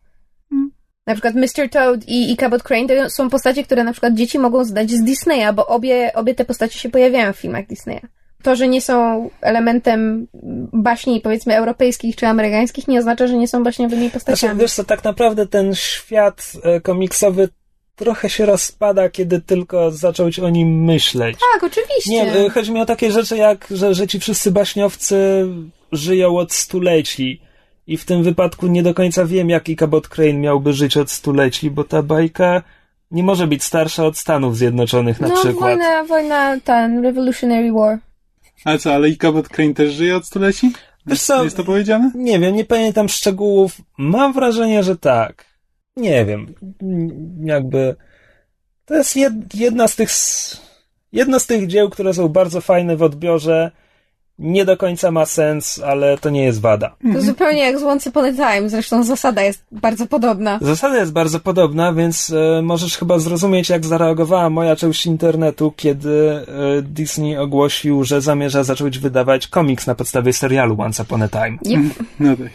Na przykład Mr. Toad i Ichabod Crane to są postacie, które na przykład dzieci mogą znać z Disneya, bo obie te postacie się pojawiają w filmach Disneya. To, że nie są elementem baśni, powiedzmy, europejskich czy amerykańskich, nie oznacza, że nie są baśniowymi postaciami. Znaczy, wiesz co, tak naprawdę ten świat komiksowy trochę się rozpada, kiedy tylko zacząć o nim myśleć. Tak, oczywiście. Nie, chodzi mi o takie rzeczy jak, że ci wszyscy baśniowcy żyją od stuleci i w tym wypadku nie do końca wiem, jak Ichabod Crane miałby żyć od stuleci, bo ta bajka nie może być starsza od Stanów Zjednoczonych na przykład. Wojna, Revolutionary War. Ale co, ale Ichabod Crane też żyje od stuleci? Wiesz co, jest to powiedziane? Nie wiem, nie pamiętam szczegółów. Mam wrażenie, że tak. Nie wiem. Jakby... To jest jedno z tych dzieł, które są bardzo fajne w odbiorze. Nie do końca ma sens, ale to nie jest wada. To zupełnie jak z Once Upon a Time. Zresztą zasada jest bardzo podobna. Zasada jest bardzo podobna, więc możesz chyba zrozumieć, jak zareagowała moja część internetu, kiedy Disney ogłosił, że zamierza zacząć wydawać komiks na podstawie serialu Once Upon a Time. Yep. No tak.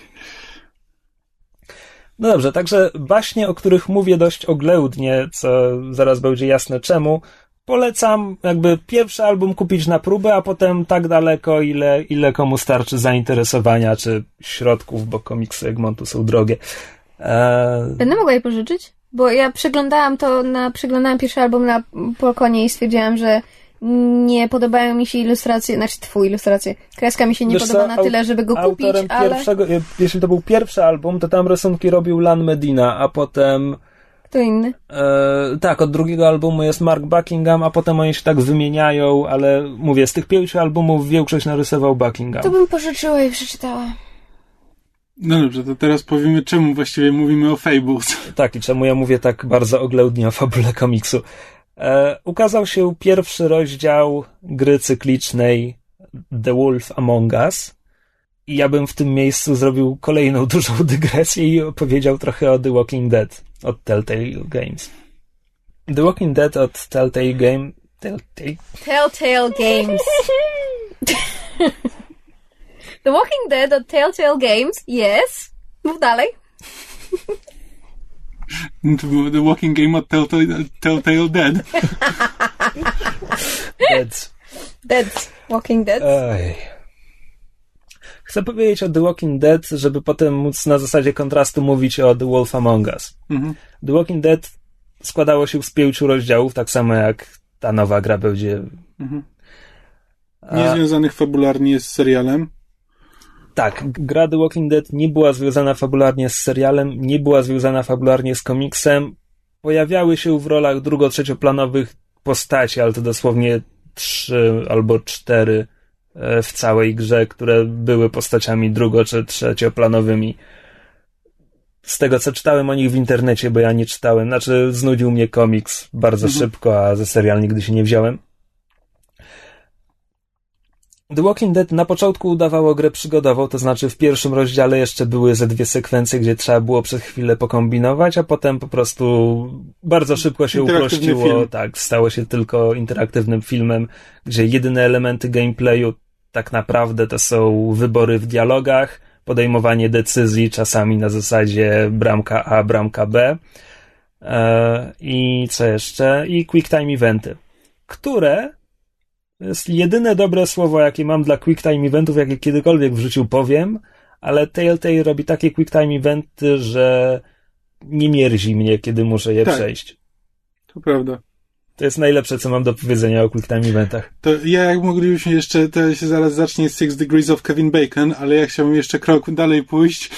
No dobrze, także baśnie, o których mówię dość oględnie, co zaraz będzie jasne czemu, polecam jakby pierwszy album kupić na próbę, a potem tak daleko, ile komu starczy zainteresowania czy środków, bo komiksy Egmontu są drogie. Będę mogła je pożyczyć? Bo ja przeglądałam pierwszy album na Polkonie i stwierdziłam, że nie podobają mi się ilustracje, ilustracje. Kreska mi się nie podoba na tyle, żeby go kupić, ale... Jeśli to był pierwszy album, to tam rysunki robił Lan Medina, a potem... Kto inny? Tak, od drugiego albumu jest Mark Buckingham, a potem oni się tak wymieniają, ale mówię, z tych 5 albumów większość narysował Buckingham. To bym pożyczyła i przeczytała. No dobrze, to teraz powiemy, czemu właściwie mówimy o Fables. Tak, i czemu ja mówię tak bardzo oględnie o fabule komiksu. Ukazał się pierwszy rozdział gry cyklicznej The Wolf Among Us i ja bym w tym miejscu zrobił kolejną dużą dygresję i opowiedział trochę o The Walking Dead od Telltale Games. The Walking Dead od Telltale Games... Telltale Games. The Walking Dead od Telltale Games, yes. Mów dalej. To było The Walking Game od Telltale Dead. Dead. Walking Dead. Ej. Chcę powiedzieć o The Walking Dead, żeby potem móc na zasadzie kontrastu mówić o The Wolf Among Us. Mhm. The Walking Dead składało się z 5 rozdziałów, tak samo jak ta nowa gra będzie... Mhm. Niezwiązanych fabularnie z serialem. Tak, gra The Walking Dead nie była związana fabularnie z serialem, nie była związana fabularnie z komiksem. Pojawiały się w rolach drugo-trzecioplanowych postaci, ale to dosłownie 3 albo 4 w całej grze, które były postaciami drugo- czy trzecioplanowymi. Z tego, co czytałem o nich w internecie, bo ja nie czytałem, znaczy znudził mnie komiks bardzo szybko, a ze serial nigdy się nie wziąłem. The Walking Dead na początku udawało grę przygodową, to znaczy w pierwszym rozdziale jeszcze były ze 2 sekwencje, gdzie trzeba było przez chwilę pokombinować, a potem po prostu bardzo szybko się uprościło. Film. Tak, stało się tylko interaktywnym filmem, gdzie jedyne elementy gameplayu tak naprawdę to są wybory w dialogach, podejmowanie decyzji, czasami na zasadzie bramka A, bramka B. I co jeszcze? I quick time eventy, które to jest jedyne dobre słowo, jakie mam dla quick time eventów, jakie kiedykolwiek w życiu powiem, ale Telltale robi takie quick time eventy, że nie mierzi mnie, kiedy muszę je przejść. To prawda. To jest najlepsze, co mam do powiedzenia o quick time eventach. To ja, jak moglibyśmy jeszcze, to się zaraz zacznie 6 Degrees of Kevin Bacon, ale ja chciałbym jeszcze krok dalej pójść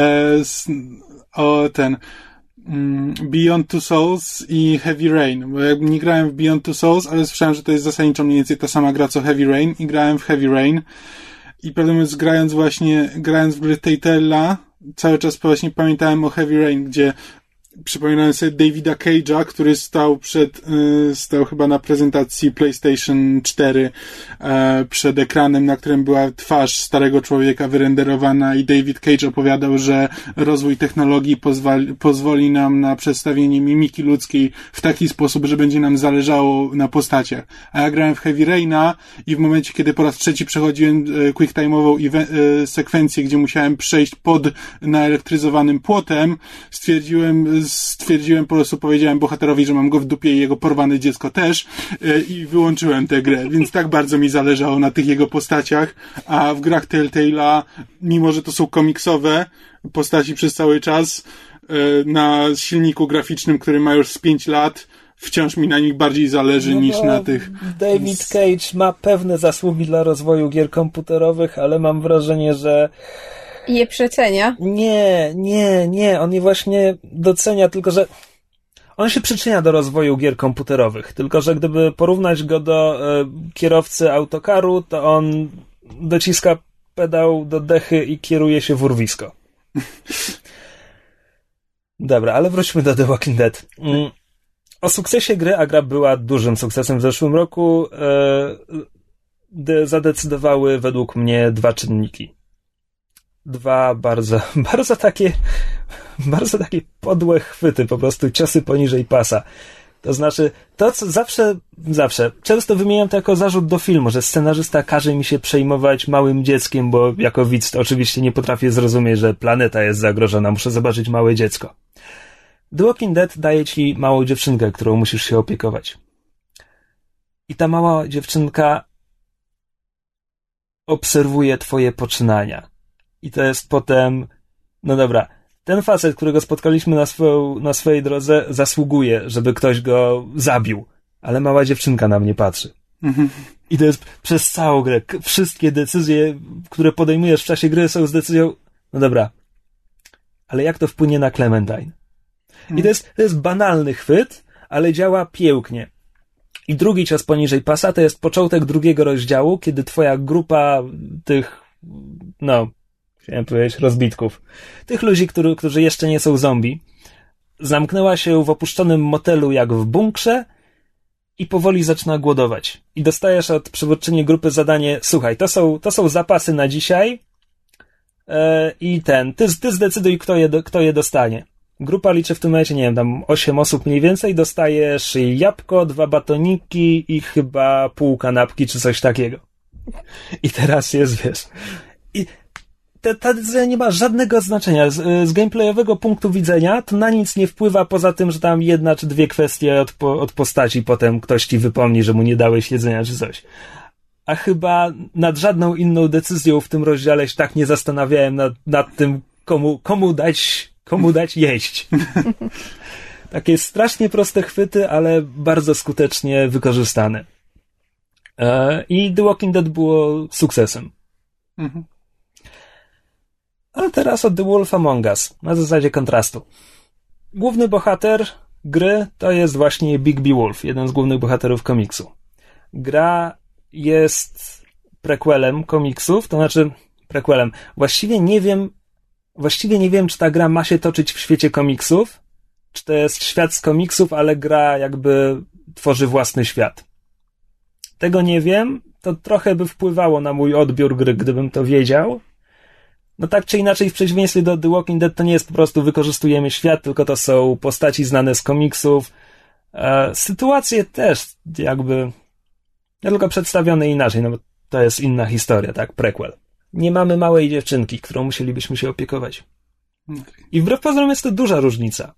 o ten Beyond Two Souls i Heavy Rain, bo ja nie grałem w Beyond Two Souls, ale słyszałem, że to jest zasadniczo mniej więcej ta sama gra co Heavy Rain i grałem w Heavy Rain i prawdę mówiąc, grając w gry Telltale'a, cały czas właśnie pamiętałem o Heavy Rain, gdzie przypominałem sobie Davida Cage'a, który stał chyba na prezentacji PlayStation 4 przed ekranem, na którym była twarz starego człowieka wyrenderowana i David Cage opowiadał, że rozwój technologii pozwoli nam na przedstawienie mimiki ludzkiej w taki sposób, że będzie nam zależało na postaciach. A ja grałem w Heavy Raina i w momencie, kiedy po raz trzeci przechodziłem quicktime'ową sekwencję, gdzie musiałem przejść pod naelektryzowanym płotem, stwierdziłem, po prostu powiedziałem bohaterowi, że mam go w dupie i jego porwane dziecko też i wyłączyłem tę grę, więc tak bardzo mi zależało na tych jego postaciach, a w grach Telltale'a, mimo że to są komiksowe postaci przez cały czas, na silniku graficznym, który ma już z 5 lat, wciąż mi na nich bardziej zależy niż na tych... David Cage ma pewne zasługi dla rozwoju gier komputerowych, ale mam wrażenie, że je przecenia? Nie. On je właśnie docenia, tylko że on się przyczynia do rozwoju gier komputerowych, tylko że gdyby porównać go do kierowcy autokaru, to on dociska pedał do dechy i kieruje się w urwisko. Dobra, ale wróćmy do The Walking Dead. O sukcesie gry, a gra była dużym sukcesem w zeszłym roku, zadecydowały według mnie 2 czynniki. 2 bardzo takie podłe chwyty, po prostu ciosy poniżej pasa. To znaczy, to co zawsze, często wymieniam to jako zarzut do filmu, że scenarzysta każe mi się przejmować małym dzieckiem, bo jako widz to oczywiście nie potrafię zrozumieć, że planeta jest zagrożona, muszę zobaczyć małe dziecko. The Walking Dead daje ci małą dziewczynkę, którą musisz się opiekować. i ta mała dziewczynka obserwuje twoje poczynania. I to jest potem, no dobra, ten facet, którego spotkaliśmy na swojej drodze, zasługuje, żeby ktoś go zabił, ale mała dziewczynka na mnie patrzy. I to jest przez całą grę. Wszystkie decyzje, które podejmujesz w czasie gry, są z decyzją, no dobra, ale jak to wpłynie na Clementine? I to jest banalny chwyt, ale działa pięknie. I drugi cios poniżej pasa to jest początek drugiego rozdziału, kiedy twoja grupa tych, no, chciałem powiedzieć, rozbitków, tych ludzi, którzy jeszcze nie są zombie, zamknęła się w opuszczonym motelu jak w bunkrze i powoli zaczyna głodować. I dostajesz od przywódczyni grupy zadanie, słuchaj, to są zapasy na dzisiaj i ty zdecyduj, kto je dostanie. Grupa liczy w tym momencie, nie wiem, tam 8 osób mniej więcej, dostajesz jabłko, 2 batoniki i chyba pół kanapki, czy coś takiego. I teraz jest, wiesz... I ta decyzja nie ma żadnego znaczenia. Z gameplayowego punktu widzenia to na nic nie wpływa, poza tym, że tam 1 czy 2 kwestie od postaci potem ktoś ci wypomni, że mu nie dałeś jedzenia czy coś. A chyba nad żadną inną decyzją w tym rozdziale się tak nie zastanawiałem nad tym, komu dać jeść. Takie strasznie proste chwyty, ale bardzo skutecznie wykorzystane. I The Walking Dead było sukcesem. Ale teraz od The Wolf Among Us, na zasadzie kontrastu. Główny bohater gry to jest właśnie Big B Wolf, jeden z głównych bohaterów komiksu. Gra jest prequelem komiksów, to znaczy prequelem. Właściwie nie wiem, czy ta gra ma się toczyć w świecie komiksów, czy to jest świat z komiksów, ale gra jakby tworzy własny świat. Tego nie wiem, to trochę by wpływało na mój odbiór gry, gdybym to wiedział. No tak czy inaczej, w przeciwieństwie do The Walking Dead to nie jest po prostu wykorzystujemy świat, tylko to są postaci znane z komiksów. Sytuacje też jakby tylko przedstawione inaczej, no bo to jest inna historia, tak, prequel. Nie mamy małej dziewczynki, którą musielibyśmy się opiekować. I wbrew pozorom jest to duża różnica,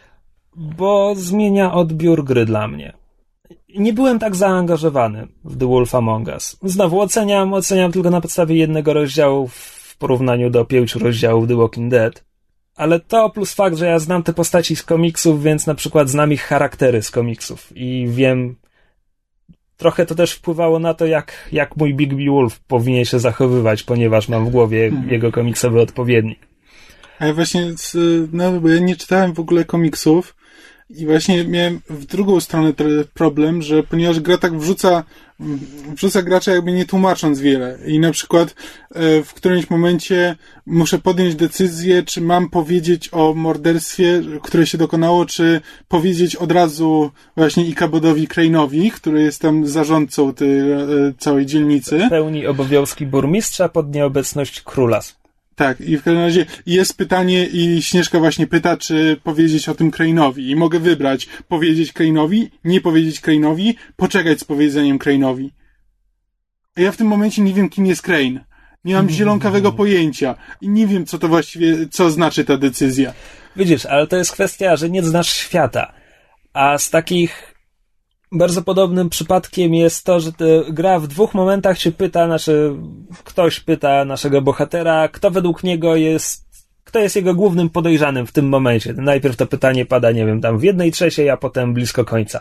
bo zmienia odbiór gry dla mnie. Nie byłem tak zaangażowany w The Wolf Among Us. Znowu oceniam tylko na podstawie 1 rozdziału w porównaniu do 5 rozdziałów The Walking Dead. Ale to plus fakt, że ja znam te postaci z komiksów, więc na przykład znam ich charaktery z komiksów i wiem, trochę to też wpływało na to, jak mój Big B Wolf powinien się zachowywać, ponieważ mam w głowie jego komiksowy odpowiednik. A ja właśnie, bo ja nie czytałem w ogóle komiksów i właśnie miałem w drugą stronę problem, że ponieważ gra tak wrzuca gracza jakby nie tłumacząc wiele i na przykład w którymś momencie muszę podjąć decyzję, czy mam powiedzieć o morderstwie, które się dokonało, czy powiedzieć od razu właśnie Ichabodowi Crane'owi, który jest tam zarządcą tej całej dzielnicy. Pełni obowiązki burmistrza pod nieobecność króla. Tak, i w każdym razie jest pytanie i Śnieżka właśnie pyta, czy powiedzieć o tym Crane'owi. I mogę wybrać powiedzieć Crane'owi, nie powiedzieć Crane'owi, poczekać z powiedzeniem Crane'owi. A ja w tym momencie nie wiem, kim jest Crane. Nie mam zielonkawego pojęcia. I nie wiem, co to właściwie, co znaczy ta decyzja. Widzisz, ale to jest kwestia, że nie znasz świata. A z takich bardzo podobnym przypadkiem jest to, że gra w 2 momentach się pyta, ktoś pyta naszego bohatera, kto według niego kto jest jego głównym podejrzanym w tym momencie. Najpierw to pytanie pada, nie wiem, tam w 1/3, a potem blisko końca.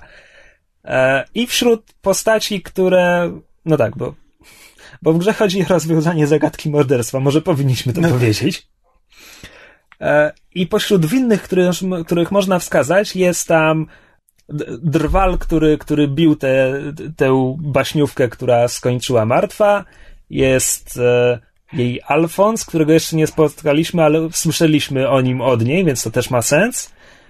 I wśród postaci, które, no tak, bo w grze chodzi o rozwiązanie zagadki morderstwa, może powinniśmy to powiedzieć. I pośród winnych, których można wskazać, jest tam Drwal, który bił tę baśniówkę, która skończyła martwa. Jest jej Alfons, którego jeszcze nie spotkaliśmy, ale słyszeliśmy o nim od niej, więc to też ma sens.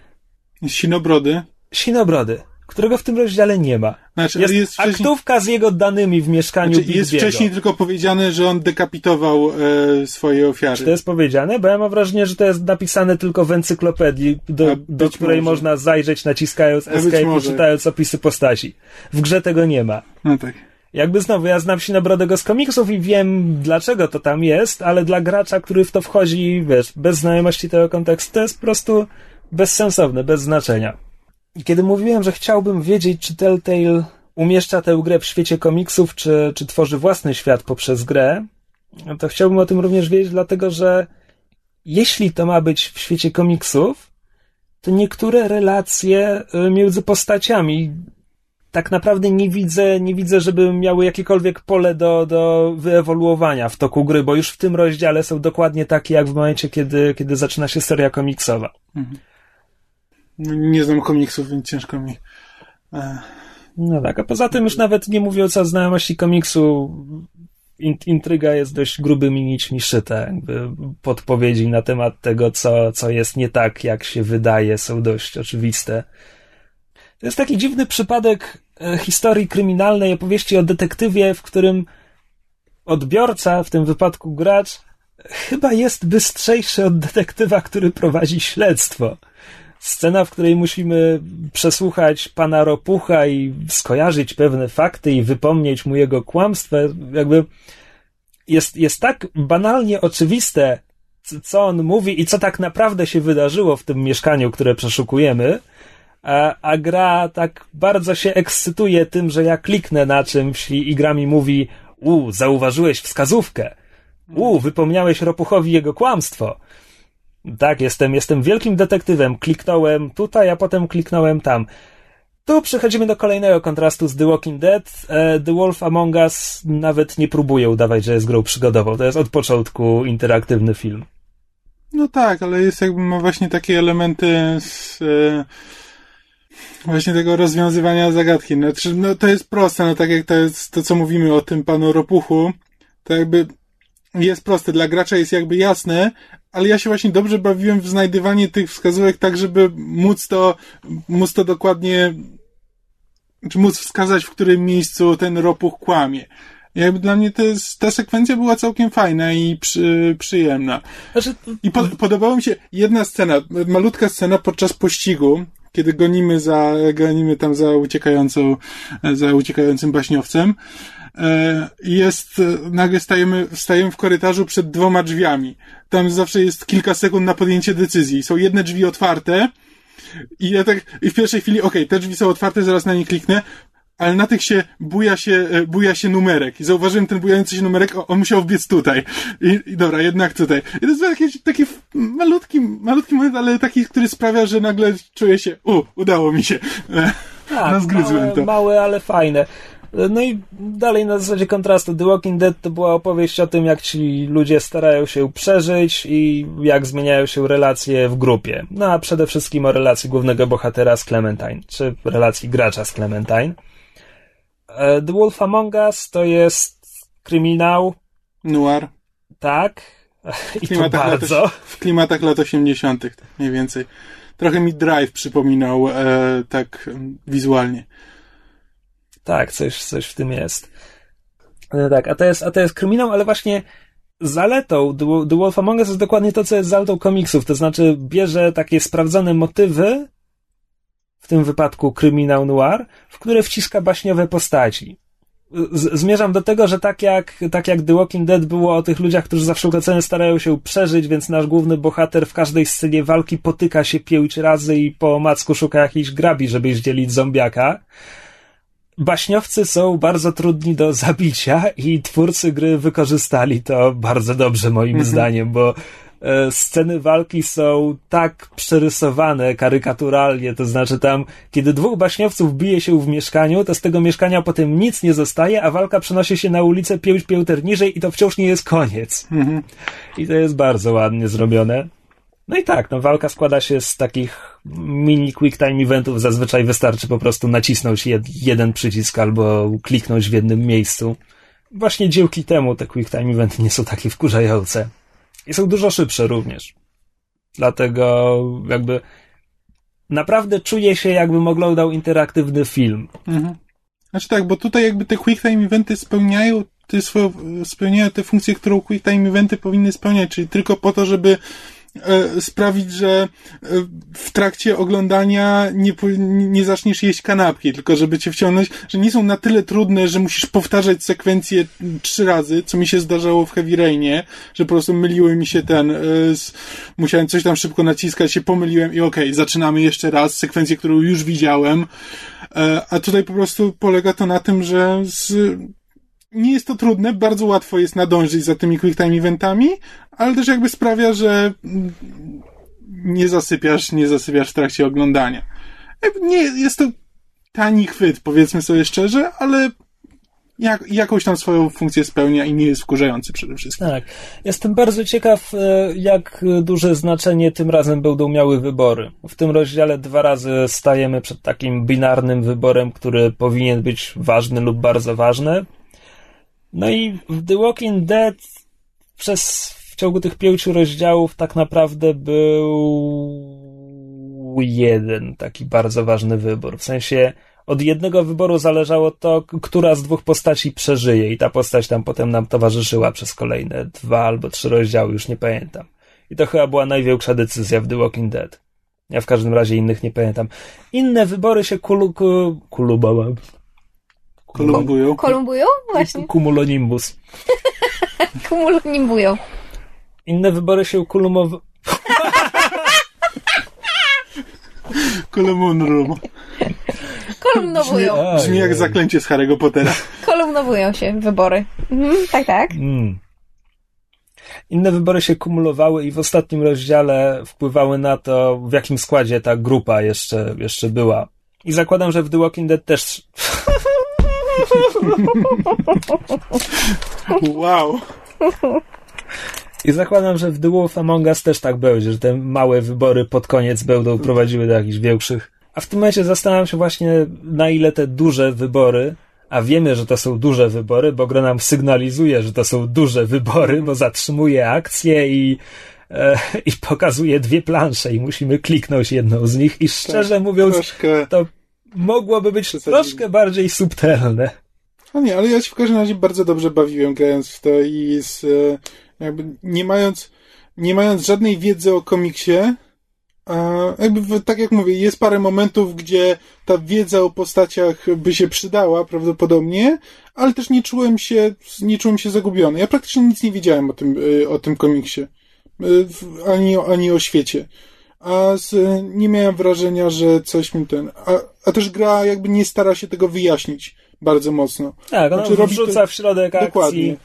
Sinobrody, którego w tym rozdziale nie ma. Znaczy, jest aktówka z jego danymi w mieszkaniu Big jest Biego. wcześniej tylko powiedziane, że on dekapitował swoje ofiary. Czy to jest powiedziane? Bo ja mam wrażenie, że to jest napisane tylko w encyklopedii, do której można zajrzeć naciskając escape i czytając opisy postaci. W grze tego nie ma. No tak. Jakby znowu, ja znam Sinobrodego z komiksów i wiem, dlaczego to tam jest, ale dla gracza, który w to wchodzi, wiesz, bez znajomości tego kontekstu, to jest po prostu bezsensowne, bez znaczenia. I kiedy mówiłem, że chciałbym wiedzieć, czy Telltale umieszcza tę grę w świecie komiksów, czy tworzy własny świat poprzez grę, to chciałbym o tym również wiedzieć, dlatego że jeśli to ma być w świecie komiksów, to niektóre relacje między postaciami tak naprawdę nie widzę, żeby miały jakiekolwiek pole do wyewoluowania w toku gry, bo już w tym rozdziale są dokładnie takie, jak w momencie, kiedy zaczyna się seria komiksowa. Nie znam komiksów, więc ciężko mi... No tak, a poza tym już nawet nie mówiąc o znajomości komiksu, intryga jest dość grubymi nićmi szyta. Jakby podpowiedzi na temat tego, co jest nie tak, jak się wydaje, są dość oczywiste. To jest taki dziwny przypadek historii kryminalnej, opowieści o detektywie, w którym odbiorca, w tym wypadku gracz, chyba jest bystrzejszy od detektywa, który prowadzi śledztwo. Scena, w której musimy przesłuchać pana Ropucha i skojarzyć pewne fakty i wypomnieć mu jego kłamstwo, jakby jest tak banalnie oczywiste, co on mówi i co tak naprawdę się wydarzyło w tym mieszkaniu, które przeszukujemy, a gra tak bardzo się ekscytuje tym, że ja kliknę na czymś i gra mi mówi: zauważyłeś wskazówkę, wypomniałeś Ropuchowi jego kłamstwo. Tak, jestem wielkim detektywem. Kliknąłem tutaj, a potem kliknąłem tam. Tu przechodzimy do kolejnego kontrastu z The Walking Dead. The Wolf Among Us nawet nie próbuje udawać, że jest grą przygodową. To jest od początku interaktywny film. No tak, ale jest ma właśnie takie elementy z właśnie tego rozwiązywania zagadki. Znaczy, to jest proste, tak jak to jest to, co mówimy o tym panu Ropuchu, to jakby jest proste. Dla gracza jest jakby jasne, ale ja się właśnie dobrze bawiłem w znajdywanie tych wskazówek tak, żeby móc to dokładnie, czy móc wskazać, w którym miejscu ten Ropuch kłamie. Jakby dla mnie ta sekwencja była całkiem fajna i przyjemna. I podobała mi się jedna scena, malutka scena podczas pościgu, kiedy gonimy tam za uciekającym baśniowcem. Nagle stajemy w korytarzu przed 2 drzwiami. Tam zawsze jest kilka sekund na podjęcie decyzji. Są jedne drzwi otwarte i i w pierwszej chwili, te drzwi są otwarte, zaraz na nie kliknę, ale na tych buja się numerek. I zauważyłem ten bujający się numerek, on musiał wbiec tutaj. I dobra, jednak tutaj. I to jest jakiś taki malutki moment, ale taki, który sprawia, że nagle czuję się, udało mi się. Tak, małe, ale fajne. No i dalej na zasadzie kontrastu The Walking Dead to była opowieść o tym, jak ci ludzie starają się przeżyć i jak zmieniają się relacje w grupie. No a przede wszystkim o relacji głównego bohatera z Clementine, czy relacji gracza z Clementine. The Wolf Among Us to jest kryminał. Noir. Tak. I to bardzo. W klimatach lat 80. tak mniej więcej. Trochę mi Drive przypominał tak wizualnie. Tak, coś w tym jest. No tak, a to jest kryminał, ale właśnie zaletą The Wolf Among Us jest dokładnie to, co jest zaletą komiksów, to znaczy bierze takie sprawdzone motywy, w tym wypadku kryminał noir, w które wciska baśniowe postaci. Zmierzam do tego, że tak jak The Walking Dead było o tych ludziach, którzy za wszelką cenę starają się przeżyć, więc nasz główny bohater w każdej scenie walki potyka się 5 razy i po omacku szuka jakiejś grabi, żeby zdzielić zombiaka. Baśniowcy są bardzo trudni do zabicia i twórcy gry wykorzystali to bardzo dobrze moim zdaniem, bo sceny walki są tak przerysowane karykaturalnie, to znaczy tam, kiedy 2 baśniowców bije się w mieszkaniu, to z tego mieszkania potem nic nie zostaje, a walka przenosi się na ulicę 5 pięter niżej i to wciąż nie jest koniec. I to jest bardzo ładnie zrobione. No i tak, walka składa się z takich mini quick time eventów, zazwyczaj wystarczy po prostu nacisnąć jeden przycisk albo kliknąć w jednym miejscu. Właśnie dzięki temu te quick time eventy nie są takie wkurzające. I są dużo szybsze również. Dlatego jakby naprawdę czuję się, jakbym oglądał interaktywny film. Znaczy tak, bo tutaj jakby te quick time eventy spełniają te funkcje, którą quick time eventy powinny spełniać, czyli tylko po to, żeby sprawić, że w trakcie oglądania nie zaczniesz jeść kanapki, tylko żeby cię wciągnąć, że nie są na tyle trudne, że musisz powtarzać sekwencję 3 razy, co mi się zdarzało w Heavy Rainie, że po prostu myliły mi się musiałem coś tam szybko naciskać, się pomyliłem i okej, zaczynamy jeszcze raz sekwencję, którą już widziałem, a tutaj po prostu polega to na tym, że nie jest to trudne, bardzo łatwo jest nadążyć za tymi quick time eventami, ale też jakby sprawia, że nie zasypiasz w trakcie oglądania. Nie, jest to tani chwyt, powiedzmy sobie szczerze, ale jakąś tam swoją funkcję spełnia i nie jest wkurzający przede wszystkim. Tak. Jestem bardzo ciekaw, jak duże znaczenie tym razem będą miały wybory. W tym rozdziale 2 razy stajemy przed takim binarnym wyborem, który powinien być ważny lub bardzo ważny. No i w The Walking Dead w ciągu tych 5 rozdziałów tak naprawdę był jeden taki bardzo ważny wybór. W sensie od jednego wyboru zależało to, która z 2 postaci przeżyje i ta postać tam potem nam towarzyszyła przez kolejne 2 albo 3 rozdziały, już nie pamiętam. I to chyba była największa decyzja w The Walking Dead. Ja w każdym razie innych nie pamiętam. Inne wybory się Kolumbują? Właśnie. Cumulonimbus. Kumulonimbują. Inne wybory się Kolumnowują. Brzmi jak zaklęcie z Harry'ego Pottera. Kolumnowują się wybory. Tak. Inne wybory się kumulowały i w ostatnim rozdziale wpływały na to, w jakim składzie ta grupa jeszcze była. I zakładam, że w The Walking Dead też... Wow. I zakładam, że w The Wolf Among Us też tak będzie, że te małe wybory pod koniec będą prowadziły do jakichś większych. A w tym momencie zastanawiam się właśnie, na ile te duże wybory, a wiemy, że to są duże wybory, bo gra nam sygnalizuje, że to są duże wybory, bo zatrzymuje akcję i pokazuje 2 plansze i musimy kliknąć jedną z nich i szczerze mówiąc, to mogłoby być troszkę bardziej subtelne. No nie, ale ja się w każdym razie bardzo dobrze bawiłem grając w to i jakby nie mając żadnej wiedzy o komiksie, jakby tak jak mówię, jest parę momentów, gdzie ta wiedza o postaciach by się przydała prawdopodobnie, ale też nie czułem się zagubiony. Ja praktycznie nic nie wiedziałem o tym komiksie. Ani o świecie. Nie miałem wrażenia, że coś mi a też gra jakby nie stara się tego wyjaśnić bardzo mocno. Tak, ona wrzuca w środek akcji. Dokładnie.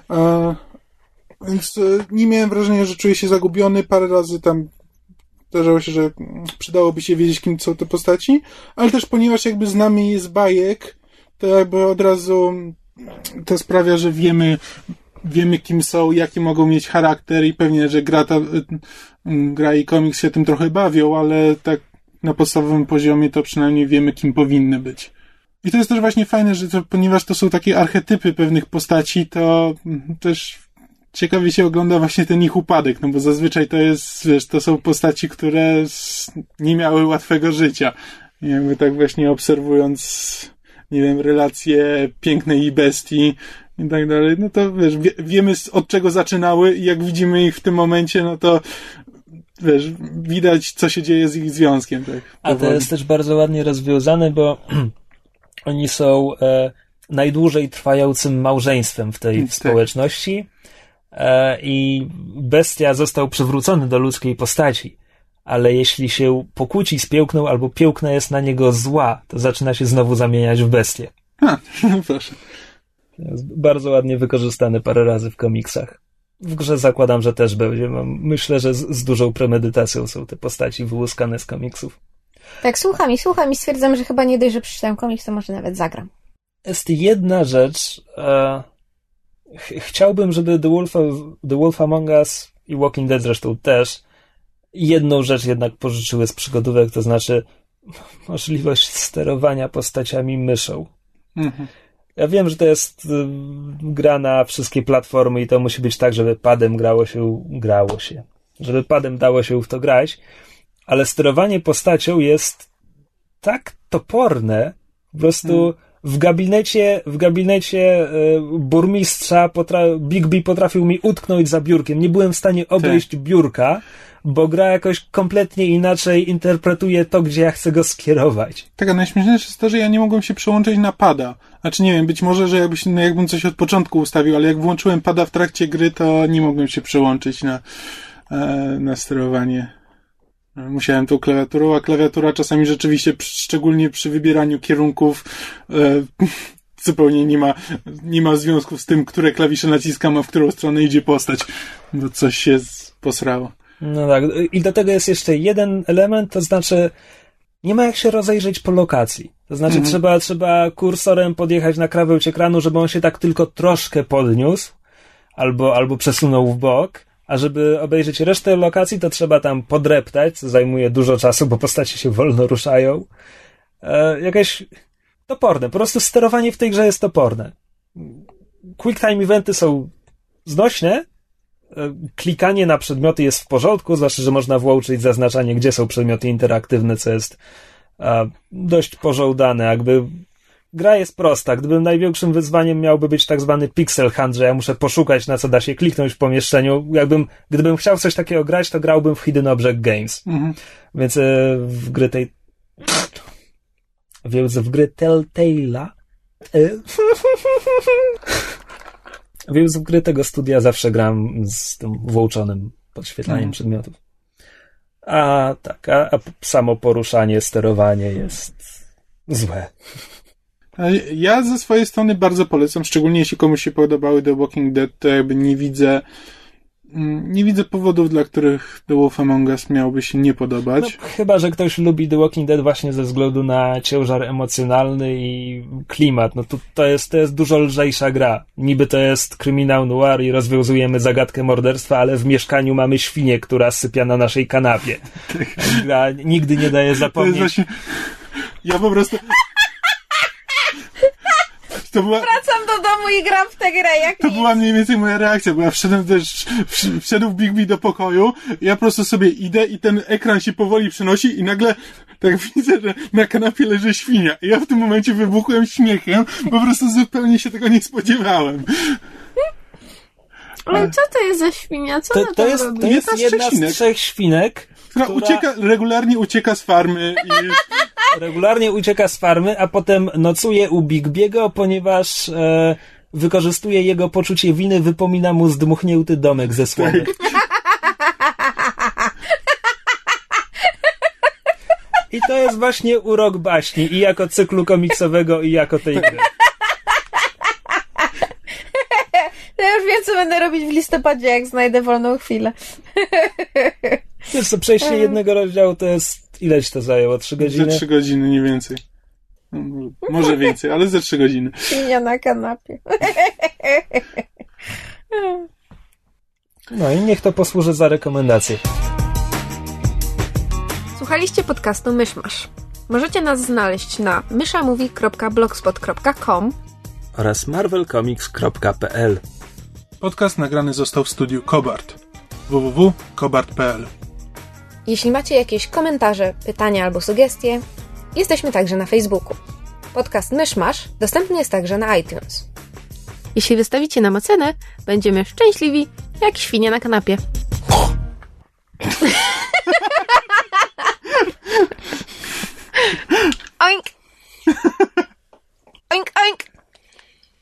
Więc nie miałem wrażenia, że czuję się zagubiony. Parę razy tam zdarzało się, że przydałoby się wiedzieć, kim są te postaci, ale też ponieważ jakby znamy je z bajek, to jakby od razu to sprawia, że wiemy kim są, jaki mogą mieć charakter i pewnie, że gra i komiks się tym trochę bawią, ale tak na podstawowym poziomie to przynajmniej wiemy, kim powinny być. I to jest też właśnie fajne, że ponieważ to są takie archetypy pewnych postaci, to też ciekawie się ogląda właśnie ten ich upadek, no bo zazwyczaj to jest, to są postaci, które nie miały łatwego życia. I jakby tak właśnie obserwując, nie wiem, relacje pięknej i bestii i tak dalej, no to wiemy od czego zaczynały i jak widzimy ich w tym momencie, no to widać, co się dzieje z ich związkiem. Tak, a to jest też bardzo ładnie rozwiązane, bo oni są najdłużej trwającym małżeństwem w tej społeczności i bestia został przywrócony do ludzkiej postaci, ale jeśli się pokłóci z Piełkną albo Piełkna jest na niego zła, to zaczyna się znowu zamieniać w bestię. Proszę. To jest bardzo ładnie wykorzystane parę razy w komiksach. W grze zakładam, że też będzie. Myślę, że z dużą premedytacją są te postaci wyłuskane z komiksów. Tak, słucham i stwierdzam, że chyba nie dość, że przeczytałem komiks, to może nawet zagram. Jest jedna rzecz. Chciałbym, żeby The Wolf Among Us i Walking Dead zresztą też jedną rzecz jednak pożyczyły z przygodówek, to znaczy możliwość sterowania postaciami myszą. Mhm. Ja wiem, że to jest gra na wszystkie platformy i to musi być tak, żeby padem grało się. Żeby padem dało się w to grać, ale sterowanie postacią jest tak toporne, po prostu w gabinecie burmistrza Bigby potrafił mi utknąć za biurkiem. Nie byłem w stanie obejść biurka, bo gra jakoś kompletnie inaczej interpretuje to, gdzie ja chcę go skierować. Tak, a najśmieszniejsze jest to, że ja nie mogłem się przełączyć na pada. Znaczy nie wiem, być może, że jakbym coś od początku ustawił, ale jak włączyłem pada w trakcie gry, to nie mogłem się przełączyć na sterowanie. Musiałem tą klawiaturą, a klawiatura czasami rzeczywiście, szczególnie przy wybieraniu kierunków, zupełnie nie ma związku z tym, które klawisze naciskam, a w którą stronę idzie postać, bo coś się posrało. No tak, i do tego jest jeszcze jeden element, to znaczy nie ma jak się rozejrzeć po lokacji. To znaczy trzeba kursorem podjechać na krawędź ekranu, żeby on się tak tylko troszkę podniósł albo przesunął w bok, a żeby obejrzeć resztę lokacji, to trzeba tam podreptać, co zajmuje dużo czasu, bo postacie się wolno ruszają. Jakieś toporne, po prostu sterowanie w tej grze jest toporne. Quick time eventy są znośne, klikanie na przedmioty jest w porządku, zwłaszcza, że można włączyć zaznaczanie, gdzie są przedmioty interaktywne, co jest dość pożądane. Jakby gra jest prosta. Gdybym największym wyzwaniem miałby być tak zwany pixel hunt, że ja muszę poszukać, na co da się kliknąć w pomieszczeniu. Gdybym chciał coś takiego grać, to grałbym w Hidden Object Games. Więc w gry tej... Więc w gry Telltale'a więc w gry tego studia zawsze gram z tym włączonym podświetlaniem przedmiotów. A samo poruszanie, sterowanie jest złe. Ja ze swojej strony bardzo polecam, szczególnie jeśli komuś się podobały The Walking Dead, to jakby nie widzę powodów, dla których The Wolf Among Us miałby się nie podobać. No, chyba że ktoś lubi The Walking Dead właśnie ze względu na ciężar emocjonalny i klimat. No to jest dużo lżejsza gra. Niby to jest kryminał noir i rozwiązujemy zagadkę morderstwa, ale w mieszkaniu mamy świnię, która sypia na naszej kanapie. Gra nigdy nie daje zapomnieć. To jest właśnie... Ja po prostu... Wracam do domu i gram w tę grę, jak to była mniej więcej moja reakcja, bo ja wszedł Bigby do pokoju, ja po prostu sobie idę i ten ekran się powoli przenosi i nagle tak widzę, że na kanapie leży świnia. I ja w tym momencie wybuchłem śmiechem, po prostu zupełnie się tego nie spodziewałem. Ale co to jest za świnia? Co ona tam robi? To jest jedna z 3 świnek, która regularnie ucieka z farmy i... Regularnie ucieka z farmy, a potem nocuje u Bigbiego, ponieważ wykorzystuje jego poczucie winy, wypomina mu zdmuchnięty domek ze słomy. I to jest właśnie urok baśni, i jako cyklu komiksowego, i jako tej gry. Ja już wiem, co będę robić w listopadzie, jak znajdę wolną chwilę. Wiesz co, przejście jednego rozdziału to jest... Ile ci to zajęło? 3 godziny? Ze 3 godziny, nie więcej. Może więcej, ale ze 3 godziny. Świnia na kanapie. No i niech to posłuży za rekomendację. Słuchaliście podcastu Myszmasz. Możecie nas znaleźć na myszamovie.blogspot.com oraz marvelcomics.pl. Podcast nagrany został w studiu Kobart. www.kobart.pl. Jeśli macie jakieś komentarze, pytania albo sugestie, jesteśmy także na Facebooku. Podcast Myszmasz dostępny jest także na iTunes. Jeśli wystawicie nam ocenę, będziemy szczęśliwi jak świnia na kanapie.